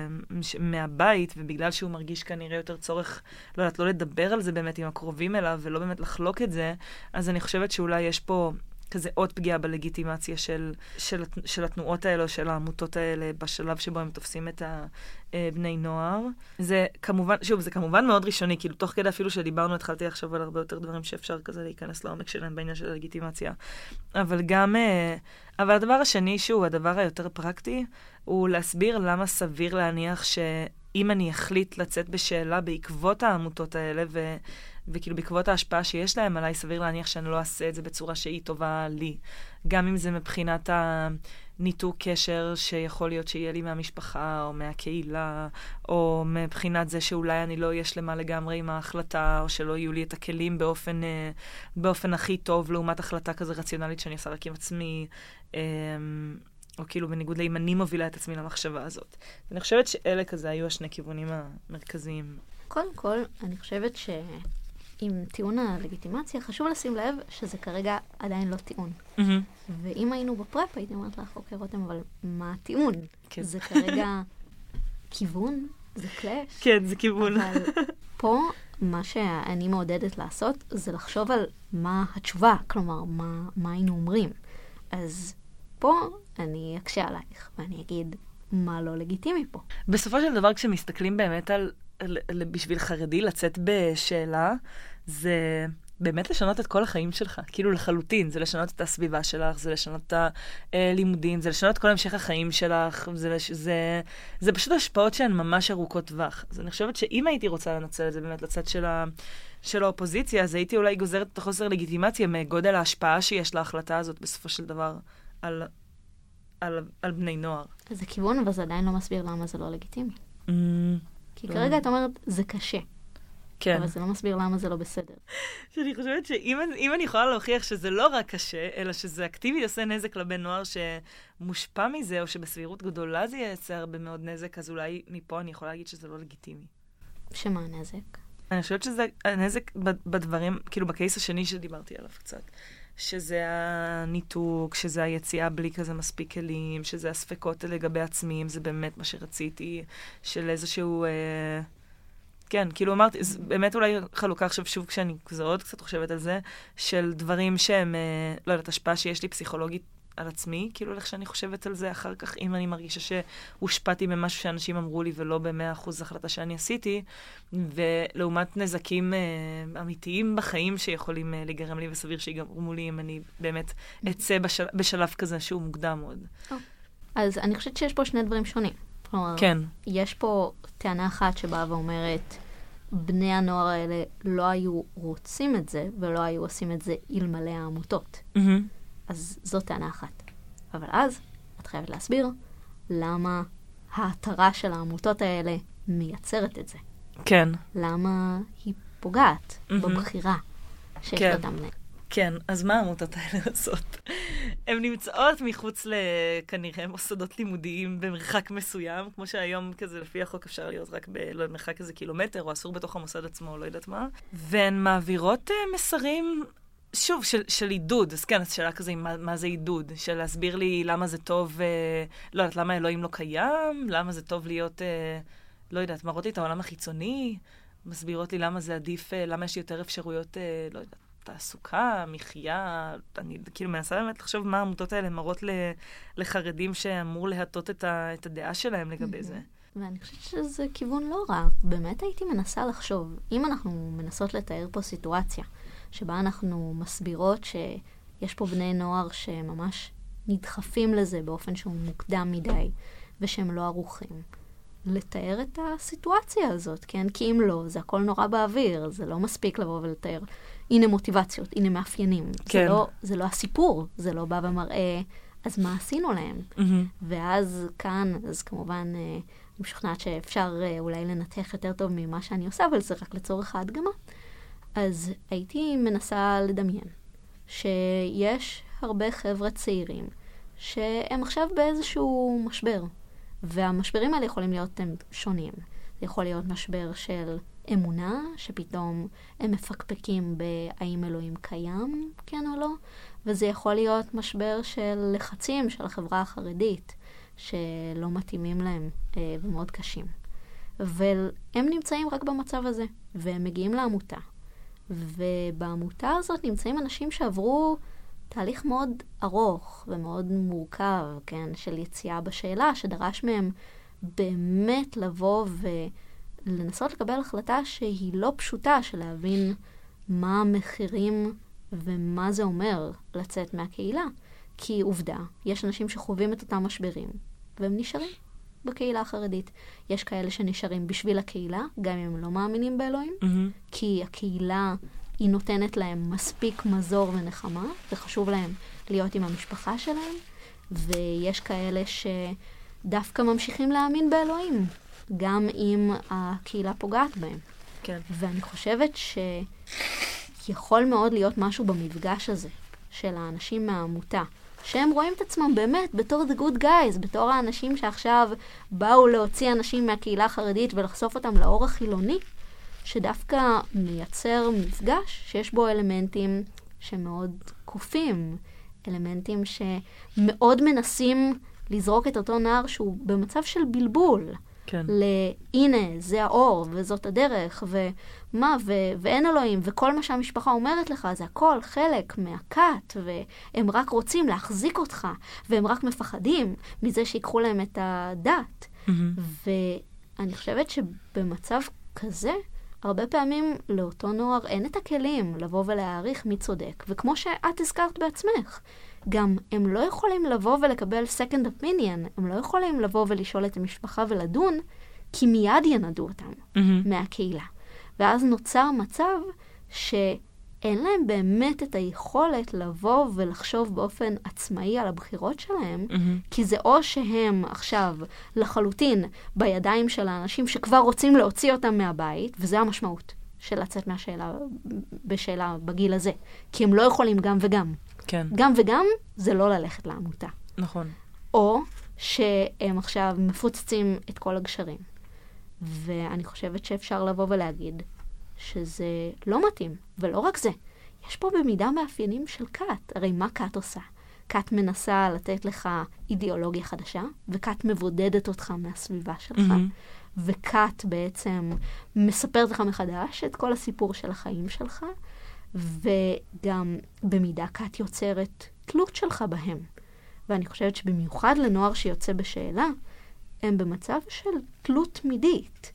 מהבית, ובגלל שהוא מרגיש כנראה יותר צורך, לא יודעת, לא לדבר על זה באמת עם הקרובים אליו, ולא באמת לחלוק את זה, אז אני חושבת שאולי יש פה כזה עוד פגיעה בלגיטימציה של, של, של התנועות האלה, או של העמותות האלה, בשלב שבו הם תופסים את הבני נוער. זה כמובן, שוב, זה כמובן מאוד ראשוני, כאילו תוך כדי אפילו שדיברנו, התחלתי לחשוב על הרבה יותר דברים שאפשר כזה להיכנס לעומק שלהם בעניין של הלגיטימציה. אבל גם, אבל הדבר השני שהוא הדבר היותר פרקטי, הוא להסביר למה סביר להניח שאם אני אחליט לצאת בשאלה בעקבות העמותות האלה, ו... וכאילו בעקבות ההשפעה שיש להם עליי, סביר להניח שאני לא אעשה את זה בצורה שהיא טובה לי. גם אם זה מבחינת הניתוק קשר שיכול להיות שיהיה לי מהמשפחה או מהקהילה, או מבחינת זה שאולי אני לא אהיה שלמה לגמרי עם ההחלטה, או שלא יהיו לי את הכלים באופן, באופן הכי טוב, לעומת החלטה כזה רציונלית שאני עושה רק עם עצמי, או כאילו בניגוד לאם אני מובילה את עצמי למחשבה הזאת. אני חושבת שאלה כזה היו השני כיוונים המרכזיים. קודם כל, אני חושבת ש... עם טיעון הלגיטימציה, חשוב לשים לב שזה כרגע עדיין לא טיעון. Mm-hmm. ואם היינו בפרפ, הייתי אומרת לך, אוקיי, רותם, אבל מה הטיעון? כן. זה כרגע כיוון, זה קלאש. כן, זה כיוון. אבל פה, מה שאני מעודדת לעשות, זה לחשוב על מה התשובה, כלומר, מה, מה היינו אומרים. אז פה אני אקשה עלייך, ואני אגיד, מה לא לגיטימי פה. בסופו של דבר, כשמסתכלים באמת על בשביל חרדי לצאת בשאלה, זה באמת לשנות את כל החיים שלך, כאילו לחלוטין, זה לשנות את הסביבה שלך, זה לשנות את הלימודים, זה לשנות את כל המשך החיים שלך, זה, זה, זה פשוט השפעות שהן ממש ארוכות טווח. אז אני חושבת שאם הייתי רוצה לנצל את זה באמת לצאת של, ה, של האופוזיציה, אז הייתי אולי גוזרת את החוסר לגיטימציה מגודל ההשפעה שיש להחלטה הזאת בסופו של דבר על, על, על בני נוער. זה כיוון, אבל זה עדיין לא מסביר למה זה לא לגיטימי. Mm. כי כרגע את אומרת, זה קשה. כן. אבל זה לא מסביר למה זה לא בסדר. שאני חושבת שאם אני יכולה להוכיח שזה לא רק קשה, אלא שזה אקטיבית עושה נזק לבן נוער שמושפע מזה, או שבסבירות גדולה זה יעשה הרבה מאוד נזק, אז אולי מפה אני יכולה להגיד שזה לא לגיטימי. שמה הנזק? אני חושבת שזה הנזק בדברים, כאילו בקייס השני שדיברתי עליו קצת. שזה הניתוק, שזה היציאה בלי כזה מספיק כלים, שזה הספקות לגבי עצמיים, זה באמת מה שרציתי, של איזשהו... אה, כן, כאילו אמרתי, זה באמת אולי חלוקה עכשיו שוב כשאני כזה עוד קצת חושבת על זה, של דברים שהם, אה, לא יודעת, השפעה שיש לי פסיכולוגית על עצמי, כאילו איך שאני חושבת על זה אחר כך, אם אני מרגישה שהושפעתי במשהו שאנשים אמרו לי ולא במאה אחוז החלטה שאני עשיתי, ולעומת נזקים אה, אמיתיים בחיים שיכולים אה, לגרם לי וסביר שיגרמו לי אם אני באמת אצא בשל, בשלב כזה שהוא מוקדם מאוד. Oh. אז אני חושבת שיש פה שני דברים שונים. כלומר, כן. יש פה טענה אחת שבאה ואומרת, בני הנוער האלה לא היו רוצים את זה, ולא היו עושים את זה אלמלא העמותות. Mm-hmm. אז זאת טענה אחת. אבל אז את חייבת להסביר למה ההתרה של העמותות האלה מייצרת את זה. כן. למה היא פוגעת mm-hmm. בבחירה שיש כן. לאותם בני. כן, אז מה העמותות האלה עושות? הן נמצאות מחוץ לכנראה מוסדות לימודיים במרחק מסוים, כמו שהיום כזה לפי החוק אפשר להיות רק במרחק איזה קילומטר, או אסור בתוך המוסד עצמו, לא יודעת מה. והן מעבירות uh, מסרים... שוב, של, של עידוד, אז כן, אז שאלה כזה, מה, מה זה עידוד? של להסביר לי למה זה טוב, אה, לא יודעת, למה אלוהים לא קיים, למה זה טוב להיות, אה, לא יודעת, מראות לי את העולם החיצוני, מסבירות לי למה זה עדיף, אה, למה יש לי יותר אפשרויות, אה, לא יודעת, תעסוקה, מחיה, אני כאילו מנסה באמת לחשוב מה העמותות האלה מראות ל, לחרדים שאמור להטות את, ה, את הדעה שלהם לגבי זה. ואני חושבת שזה כיוון לא רע. באמת הייתי מנסה לחשוב, אם אנחנו מנסות לתאר פה סיטואציה, שבה אנחנו מסבירות שיש פה בני נוער שממש נדחפים לזה באופן שהוא מוקדם מדי, ושהם לא ערוכים. לתאר את הסיטואציה הזאת, כן? כי אם לא, זה הכל נורא באוויר, זה לא מספיק לבוא ולתאר. הנה מוטיבציות, הנה מאפיינים. כן. זה לא, זה לא הסיפור, זה לא בא ומראה, אז מה עשינו להם? Mm-hmm. ואז כאן, אז כמובן, אני משוכנעת שאפשר אולי לנתח יותר טוב ממה שאני עושה, אבל זה רק לצורך ההדגמה. אז הייתי מנסה לדמיין שיש הרבה חבר'ה צעירים שהם עכשיו באיזשהו משבר, והמשברים האלה יכולים להיות הם שונים. זה יכול להיות משבר של אמונה, שפתאום הם מפקפקים בהאם אלוהים קיים, כן או לא, וזה יכול להיות משבר של לחצים של החברה החרדית, שלא מתאימים להם אה, ומאוד קשים. והם נמצאים רק במצב הזה, והם מגיעים לעמותה. ובעמותה הזאת נמצאים אנשים שעברו תהליך מאוד ארוך ומאוד מורכב, כן, של יציאה בשאלה, שדרש מהם באמת לבוא ולנסות לקבל החלטה שהיא לא פשוטה, של להבין מה המחירים ומה זה אומר לצאת מהקהילה. כי עובדה, יש אנשים שחווים את אותם משברים, והם נשארים בקהילה החרדית. יש כאלה שנשארים בשביל הקהילה, גם אם הם לא מאמינים באלוהים, mm-hmm. כי הקהילה היא נותנת להם מספיק מזור ונחמה, וחשוב להם להיות עם המשפחה שלהם, ויש כאלה שדווקא ממשיכים להאמין באלוהים, גם אם הקהילה פוגעת בהם. כן. ואני חושבת שיכול מאוד להיות משהו במפגש הזה, של האנשים מהעמותה, שהם רואים את עצמם באמת בתור the good guys, בתור האנשים שעכשיו באו להוציא אנשים מהקהילה החרדית ולחשוף אותם לאור החילוני, שדווקא מייצר מפגש שיש בו אלמנטים שמאוד קופים, אלמנטים שמאוד מנסים לזרוק את אותו נער שהוא במצב של בלבול. כן. להנה, זה האור, וזאת הדרך, ומה, ו- ואין אלוהים, וכל מה שהמשפחה אומרת לך, זה הכל חלק מהכת, והם רק רוצים להחזיק אותך, והם רק מפחדים מזה שיקחו להם את הדת. Mm-hmm. ואני חושבת שבמצב כזה, הרבה פעמים לאותו נוער אין את הכלים לבוא ולהעריך מי צודק, וכמו שאת הזכרת בעצמך, גם הם לא יכולים לבוא ולקבל second opinion, הם לא יכולים לבוא ולשאול את המשפחה ולדון, כי מיד ינדו אותם mm-hmm. מהקהילה. ואז נוצר מצב שאין להם באמת את היכולת לבוא ולחשוב באופן עצמאי על הבחירות שלהם, mm-hmm. כי זה או שהם עכשיו לחלוטין בידיים של האנשים שכבר רוצים להוציא אותם מהבית, וזה המשמעות של לצאת מהשאלה, בשאלה בגיל הזה, כי הם לא יכולים גם וגם. כן. גם וגם זה לא ללכת לעמותה. נכון. או שהם עכשיו מפוצצים את כל הגשרים. ואני חושבת שאפשר לבוא ולהגיד שזה לא מתאים, ולא רק זה. יש פה במידה מאפיינים של כת. הרי מה כת עושה? כת מנסה לתת לך אידיאולוגיה חדשה, וכת מבודדת אותך מהסביבה שלך, mm-hmm. וכת בעצם מספרת לך מחדש את כל הסיפור של החיים שלך, וגם במידה כת יוצרת תלות שלך בהם. ואני חושבת שבמיוחד לנוער שיוצא בשאלה, הם במצב של תלות תמידית.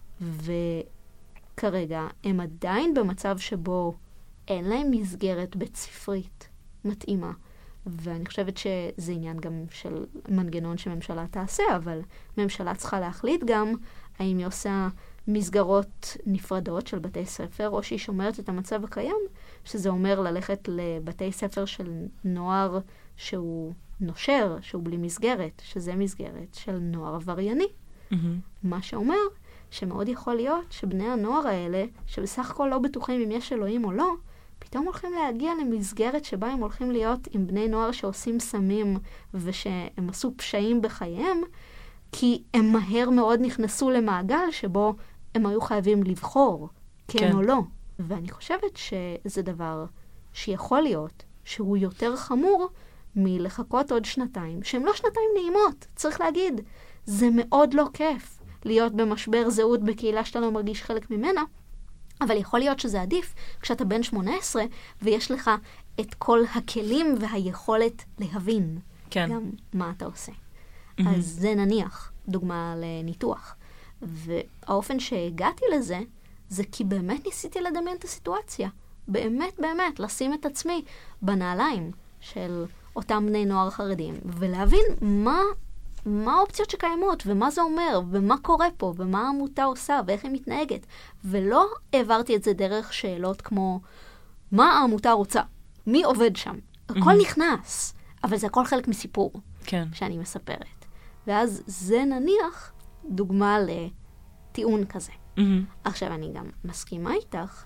וכרגע הם עדיין במצב שבו אין להם מסגרת בית ספרית מתאימה. ואני חושבת שזה עניין גם של מנגנון שממשלה תעשה, אבל ממשלה צריכה להחליט גם האם היא עושה מסגרות נפרדות של בתי ספר, או שהיא שומרת את המצב הקיים, שזה אומר ללכת לבתי ספר של נוער שהוא נושר, שהוא בלי מסגרת, שזה מסגרת של נוער עברייני. Mm-hmm. מה שאומר שמאוד יכול להיות שבני הנוער האלה, שבסך הכל לא בטוחים אם יש אלוהים או לא, פתאום הולכים להגיע למסגרת שבה הם הולכים להיות עם בני נוער שעושים סמים ושהם עשו פשעים בחייהם, כי הם מהר מאוד נכנסו למעגל שבו הם היו חייבים לבחור, כן, כן. או לא. ואני חושבת שזה דבר שיכול להיות שהוא יותר חמור מלחכות עוד שנתיים, שהם לא שנתיים נעימות, צריך להגיד. זה מאוד לא כיף להיות במשבר זהות בקהילה שאתה לא מרגיש חלק ממנה, אבל יכול להיות שזה עדיף כשאתה בן שמונה עשרה ויש לך את כל הכלים והיכולת להבין כן. גם מה אתה עושה. Mm-hmm. אז זה נניח דוגמה לניתוח. והאופן שהגעתי לזה, זה כי באמת ניסיתי לדמיין את הסיטואציה. באמת, באמת, לשים את עצמי בנעליים של אותם בני נוער חרדים, ולהבין מה, מה האופציות שקיימות, ומה זה אומר, ומה קורה פה, ומה העמותה עושה, ואיך היא מתנהגת. ולא העברתי את זה דרך שאלות כמו, מה העמותה רוצה? מי עובד שם? הכל נכנס, אבל זה הכל חלק מסיפור כן. שאני מספרת. ואז זה נניח דוגמה לטיעון כזה. Mm-hmm. עכשיו, אני גם מסכימה איתך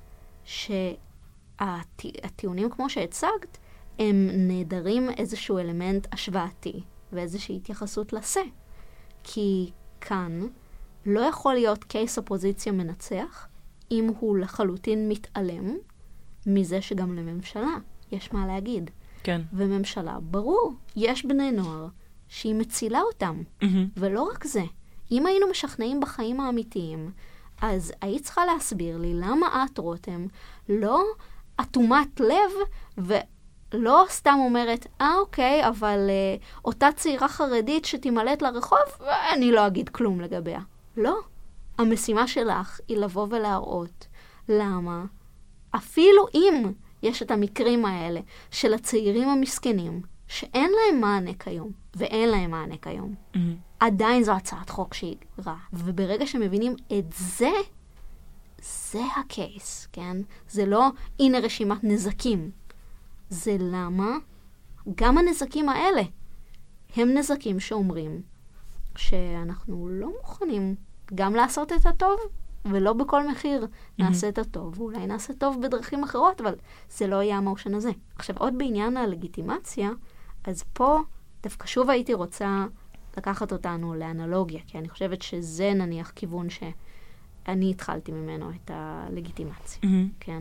שהטיעונים כמו שהצגת, הם נהדרים איזשהו אלמנט השוואתי ואיזושהי התייחסות לסה. כי כאן לא יכול להיות קייס אופוזיציה מנצח, אם הוא לחלוטין מתעלם מזה שגם לממשלה יש מה להגיד. כן. וממשלה, ברור, יש בני נוער שהיא מצילה אותם. Mm-hmm. ולא רק זה. אם היינו משכנעים בחיים האמיתיים, אז היית צריכה להסביר לי למה את, רותם, לא אטומת לב ולא סתם אומרת, אה אוקיי, אבל אה, אותה צעירה חרדית שתימלט לרחוב, אני לא אגיד כלום לגביה. לא. המשימה שלך היא לבוא ולהראות למה, אפילו אם יש את המקרים האלה של הצעירים המסכנים, שאין להם מענה כיום, ואין להם מענה כיום, mm-hmm. עדיין זו הצעת חוק שהיא רעה. וברגע שמבינים את זה, זה הקייס, כן? זה לא, הנה רשימת נזקים. זה למה גם הנזקים האלה הם נזקים שאומרים שאנחנו לא מוכנים גם לעשות את הטוב, ולא בכל מחיר mm-hmm. נעשה את הטוב, ואולי נעשה טוב בדרכים אחרות, אבל זה לא יהיה המושן הזה. עכשיו, עוד בעניין הלגיטימציה, אז פה דווקא שוב הייתי רוצה לקחת אותנו לאנלוגיה, כי אני חושבת שזה נניח כיוון שאני התחלתי ממנו את הלגיטימציה, mm-hmm. כן?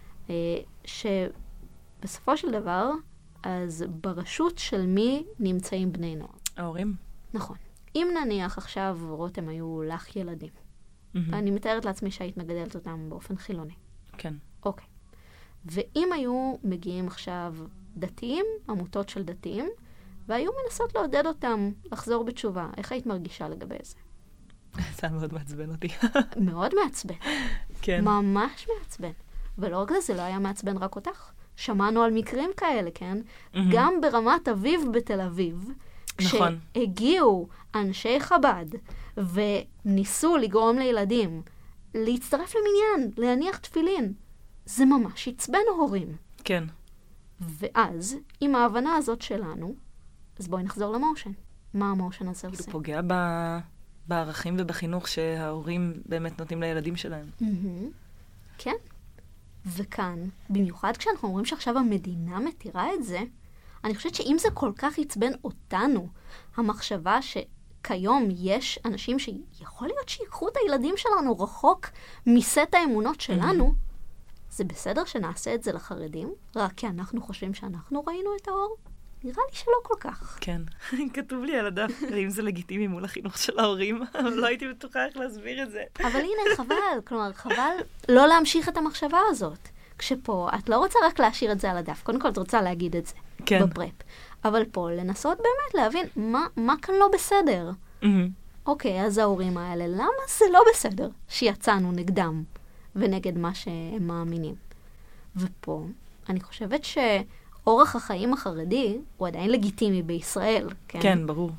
שבסופו של דבר, אז ברשות של מי נמצאים בני נוער? ההורים. נכון. אם נניח עכשיו רותם היו לך ילדים, mm-hmm. ואני מתארת לעצמי שהיית מגדלת אותם באופן חילוני. כן. אוקיי. ואם היו מגיעים עכשיו דתיים, עמותות של דתיים, והיו מנסות לעודד אותם לחזור בתשובה, איך היית מרגישה לגבי זה? זה היה מאוד מעצבן אותי. מאוד מעצבן. כן. ממש מעצבן. ולא רק זה, זה לא היה מעצבן רק אותך. שמענו על מקרים כאלה, כן? Mm-hmm. גם ברמת אביב בתל אביב, נכון. כשהגיעו אנשי חב"ד וניסו לגרום לילדים להצטרף למניין, להניח תפילין, זה ממש עצבן הורים. כן. ואז, עם ההבנה הזאת שלנו, אז בואי נחזור למושן. מה המושן הזה עושה? הוא פוגע ב... בערכים ובחינוך שההורים באמת נותנים לילדים שלהם. Mm-hmm. כן. וכאן, במיוחד כשאנחנו אומרים שעכשיו המדינה מתירה את זה, אני חושבת שאם זה כל כך יצבן אותנו, המחשבה שכיום יש אנשים שיכול להיות שיקחו את הילדים שלנו רחוק מסט האמונות שלנו, mm-hmm. זה בסדר שנעשה את זה לחרדים, רק כי אנחנו חושבים שאנחנו ראינו את האור? נראה לי שלא כל כך. כן. כתוב לי על הדף, אם זה לגיטימי מול החינוך של ההורים, אבל לא הייתי בטוחה איך להסביר את זה. אבל הנה, חבל. כלומר, חבל לא להמשיך את המחשבה הזאת. כשפה, את לא רוצה רק להשאיר את זה על הדף. קודם כל, את רוצה להגיד את זה. כן. בפרפ. אבל פה, לנסות באמת להבין מה, מה כאן לא בסדר. Mm-hmm. אוקיי, אז ההורים האלה, למה זה לא בסדר שיצאנו נגדם ונגד מה שהם מאמינים? ופה, אני חושבת ש... אורח החיים החרדי הוא עדיין לגיטימי בישראל, כן? כן, ברור.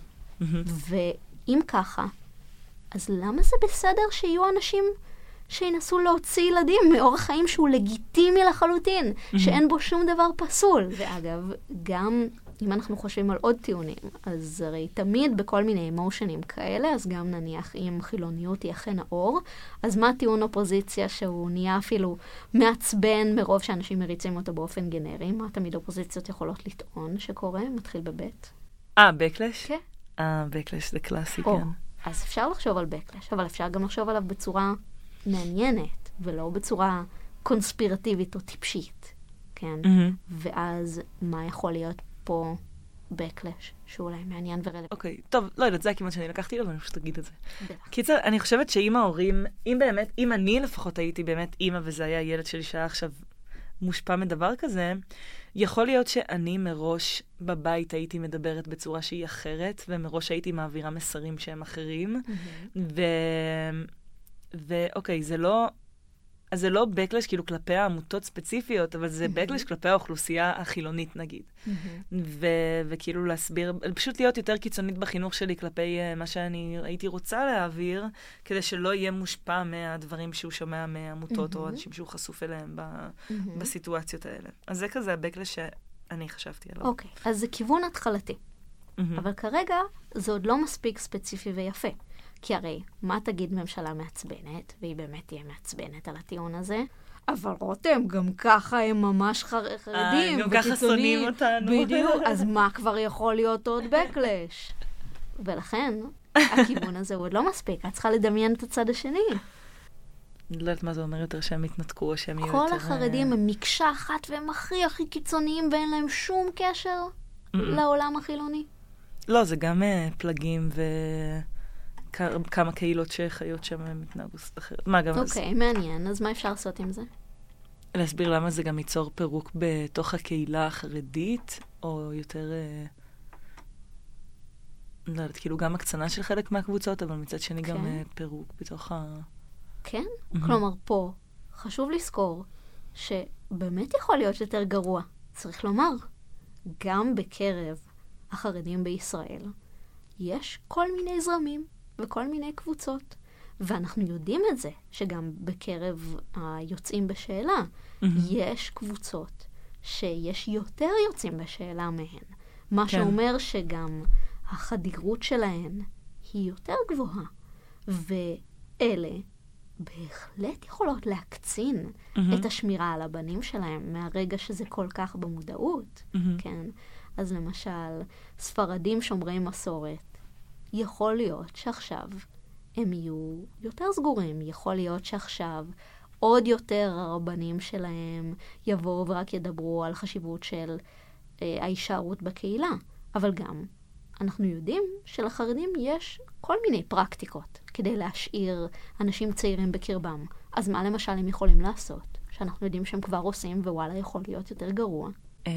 ואם ככה, אז למה זה בסדר שיהיו אנשים שינסו להוציא ילדים מאורח חיים שהוא לגיטימי לחלוטין, שאין בו שום דבר פסול? ואגב, גם אם אנחנו חושבים על עוד טיעונים, אז הרי תמיד בכל מיני אמושנים כאלה, אז גם נניח אם חילוניות היא אכן האור, אז מה טיעון אופוזיציה שהוא נהיה אפילו מעצבן מרוב שאנשים מריצים אותו באופן גנרי? מה תמיד אופוזיציות יכולות לטעון שקורה? מתחיל בבית. אה, בקלש? כן. אה, בקלש זה קלאסי, או, כן. אז אפשר לחשוב על בקלש, אבל אפשר גם לחשוב עליו בצורה מעניינת, ולא בצורה קונספירטיבית או טיפשית, כן? Mm-hmm. ואז מה יכול להיות פה בקלש, שאולי מעניין ורלוונטי. אוקיי, טוב, לא יודעת, זה הכיוון שאני לקחתי לו, ואני פשוט אגיד את זה. קיצר, אני חושבת שאם ההורים, אם באמת, אם אני לפחות הייתי באמת אימא, וזה היה ילד שלי שהיה עכשיו מושפע מדבר כזה, יכול להיות שאני מראש בבית הייתי מדברת בצורה שהיא אחרת, ומראש הייתי מעבירה מסרים שהם אחרים, ו... ואוקיי, זה לא... אז זה לא בקלש כאילו כלפי העמותות ספציפיות, אבל זה בקלש כלפי האוכלוסייה החילונית, נגיד. ו- וכאילו להסביר, פשוט להיות יותר קיצונית בחינוך שלי כלפי uh, מה שאני הייתי רוצה להעביר, כדי שלא יהיה מושפע מהדברים שהוא שומע מעמותות, או אנשים שהוא חשוף אליהם ב- בסיטואציות האלה. אז זה כזה הבקלש שאני חשבתי עליו. אוקיי, אז זה כיוון התחלתי. אבל כרגע זה עוד לא מספיק ספציפי ויפה. כי הרי, מה תגיד ממשלה מעצבנת, והיא באמת תהיה מעצבנת על הטיעון הזה? אבל רותם, גם ככה הם ממש חר... חרדים. גם ככה שונאים אותנו. בדיוק, אז מה כבר יכול להיות עוד בקלש? ולכן, הכיוון הזה הוא עוד לא מספיק, את צריכה לדמיין את הצד השני. אני לא יודעת מה זה אומר יותר שהם יתנתקו או שהם יהיו כל יותר... החרדים הם מקשה אחת והם הכי הכי קיצוניים ואין להם שום קשר לעולם החילוני. לא, זה גם uh, פלגים וכמה קהילות שחיות שם הם התנהגו אחרת. מה גם... אוקיי, מעניין. אז מה אפשר לעשות עם זה? להסביר למה זה גם ייצור פירוק בתוך הקהילה החרדית, או יותר... Uh, לא יודעת, כאילו גם הקצנה של חלק מהקבוצות, אבל מצד שני גם uh, פירוק בתוך ה... כן? כלומר, פה חשוב לזכור שבאמת יכול להיות יותר גרוע. צריך לומר, גם בקרב החרדים בישראל יש כל מיני זרמים וכל מיני קבוצות. ואנחנו יודעים את זה, שגם בקרב היוצאים בשאלה יש קבוצות שיש יותר יוצאים בשאלה מהן. מה שאומר שגם החדירות שלהן היא יותר גבוהה. ואלה בהחלט יכולות להקצין mm-hmm. את השמירה על הבנים שלהם מהרגע שזה כל כך במודעות. Mm-hmm. כן. אז למשל, ספרדים שומרי מסורת, יכול להיות שעכשיו הם יהיו יותר סגורים. יכול להיות שעכשיו עוד יותר הרבנים שלהם יבואו ורק ידברו על חשיבות של אה, ההישארות בקהילה. אבל גם אנחנו יודעים שלחרדים יש כל מיני פרקטיקות כדי להשאיר אנשים צעירים בקרבם. אז מה למשל הם יכולים לעשות? שאנחנו יודעים שהם כבר עושים, ווואלה יכול להיות יותר גרוע.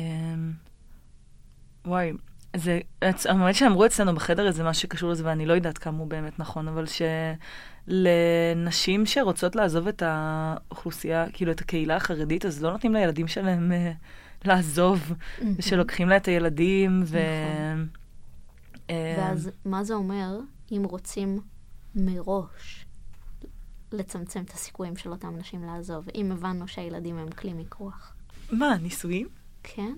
וואי, זה, האמת שאמרו אצלנו בחדר איזה מה שקשור לזה, ואני לא יודעת כמה הוא באמת נכון, אבל שלנשים שרוצות לעזוב את האוכלוסייה, כאילו את הקהילה החרדית, אז לא נותנים לילדים שלהם לעזוב, ושלוקחים לה את הילדים, ו... ואז מה זה אומר אם רוצים מראש לצמצם את הסיכויים של אותם נשים לעזוב, אם הבנו שהילדים הם כלי מיקוח? מה, נישואים? כן.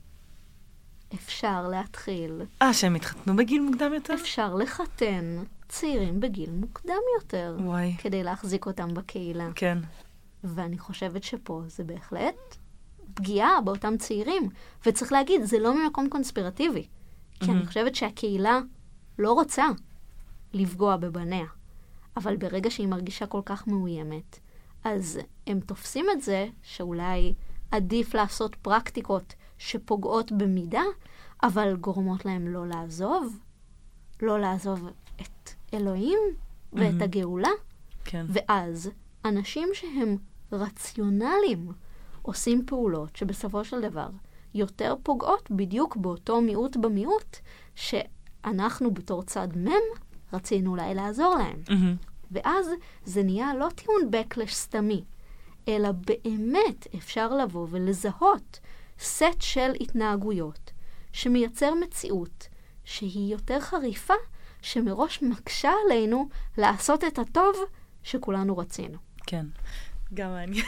אפשר להתחיל. אה, שהם התחתנו בגיל מוקדם יותר? אפשר לחתן צעירים בגיל מוקדם יותר. וואי. כדי להחזיק אותם בקהילה. כן. ואני חושבת שפה זה בהחלט פגיעה באותם צעירים. וצריך להגיד, זה לא ממקום קונספירטיבי. כי אני חושבת שהקהילה לא רוצה לפגוע בבניה. אבל ברגע שהיא מרגישה כל כך מאוימת, אז הם תופסים את זה שאולי עדיף לעשות פרקטיקות שפוגעות במידה, אבל גורמות להם לא לעזוב, לא לעזוב את אלוהים ואת mm-hmm. הגאולה. כן. ואז אנשים שהם רציונליים עושים פעולות שבסופו של דבר יותר פוגעות בדיוק באותו מיעוט במיעוט שאנחנו בתור צד מם רצינו אולי לעזור להם. Mm-hmm. ואז זה נהיה לא טיעון בקלש סתמי, אלא באמת אפשר לבוא ולזהות סט של התנהגויות שמייצר מציאות שהיא יותר חריפה, שמראש מקשה עלינו לעשות את הטוב שכולנו רצינו. כן. גם מעניין.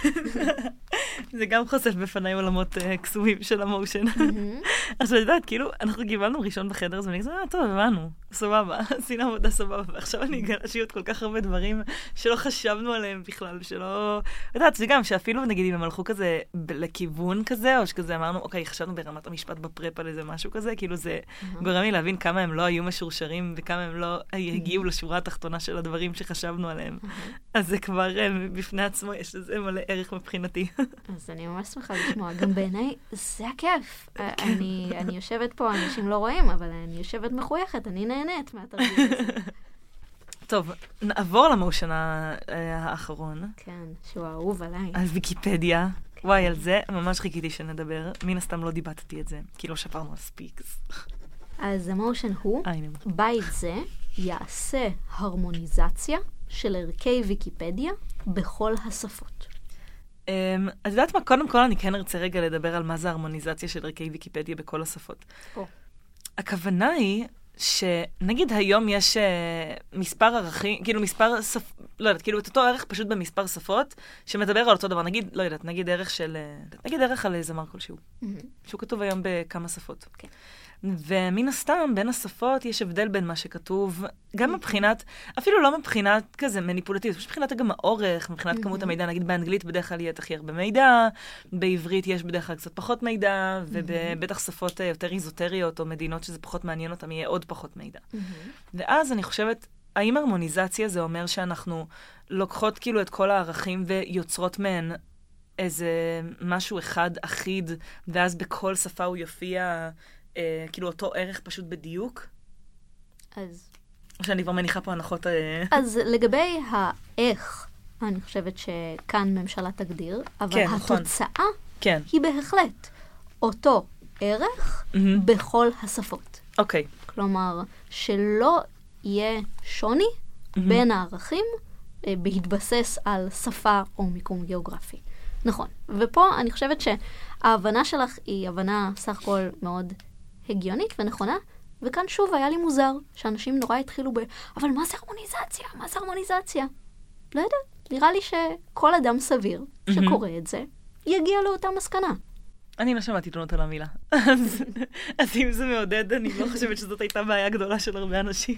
זה גם חושף בפניי עולמות קסומים של המושן. אז אני יודעת, כאילו, אנחנו קיבלנו ראשון בחדר, אז אני כזה, אה, טוב, הבנו, סבבה, עשינו עבודה סבבה, ועכשיו אני אגלה שיהיו כל כך הרבה דברים שלא חשבנו עליהם בכלל, שלא... יודעת, זה גם שאפילו, נגיד, אם הם הלכו כזה לכיוון כזה, או שכזה אמרנו, אוקיי, חשבנו ברמת המשפט בפרפ על איזה משהו כזה, כאילו זה גורם לי להבין כמה הם לא היו משורשרים, וכמה הם לא הגיעו לשורה התחתונה של הדברים שחשבנו עליהם. אז זה כבר בפני עצמו, יש לזה מלא ערך מבחינתי. אז אני ממש שמחה לשמוע. גם בעיניי זה הכיף. אני, אני יושבת פה, אנשים לא רואים, אבל אני יושבת מחויכת, אני נהנית מהתרגיל הזה. טוב, נעבור למושן האחרון. כן, שהוא אהוב עליי. על ויקיפדיה. וואי, על זה ממש חיכיתי שנדבר. מן הסתם לא דיבטתי את זה, כי לא שפרנו על ספיקס. אז המושן הוא, בית זה יעשה הרמוניזציה של ערכי ויקיפדיה בכל השפות. אז יודעת מה? קודם כל אני כן ארצה רגע לדבר על מה זה הרמוניזציה של ערכי ויקיפדיה בכל השפות. הכוונה היא שנגיד היום יש מספר ערכים, כאילו מספר שפ... לא יודעת, כאילו את אותו ערך פשוט במספר שפות, שמדבר על אותו דבר. נגיד, לא יודעת, נגיד ערך של... נגיד ערך על זמר כלשהו. שהוא כתוב היום בכמה שפות. ומן הסתם, בין השפות יש הבדל בין מה שכתוב, גם מבחינת, אפילו לא מבחינת כזה מניפולטיבית, פשוט מבחינת גם האורך, מבחינת כמות המידע, נגיד באנגלית בדרך כלל יהיה הכי הרבה מידע, בעברית יש בדרך כלל קצת פחות מידע, ובטח שפות יותר איזוטריות, או מדינות שזה פחות מעניין אותם, יהיה עוד פחות מידע. ואז אני חושבת, האם הרמוניזציה זה אומר שאנחנו לוקחות כאילו את כל הערכים ויוצרות מהן איזה משהו אחד אחיד, ואז בכל שפה הוא יופיע אה, כאילו אותו ערך פשוט בדיוק? אז... או שאני כבר מניחה פה הנחות... אה... אז לגבי האיך, אני חושבת שכאן ממשלה תגדיר, אבל כן, נכון. התוצאה כן. היא בהחלט אותו ערך Mm-hmm. בכל השפות. אוקיי. כלומר, שלא יהיה שוני Mm-hmm. בין הערכים אה, בהתבסס על שפה או מיקום גיאוגרפי. נכון. ופה אני חושבת שההבנה שלך היא הבנה סך הכל מאוד הגיונית ונכונה, וכאן שוב היה לי מוזר שאנשים נורא התחילו ב... אבל מה זה הרמוניזציה? מה זה הרמוניזציה? לא יודע. נראה לי שכל אדם סביר שקורא את זה, יגיע לאותה מסקנה. אני לא שמעתי תלונות על המילה. אז, אז אם זה מעודד, אני לא חושבת שזאת הייתה בעיה גדולה של הרבה אנשים.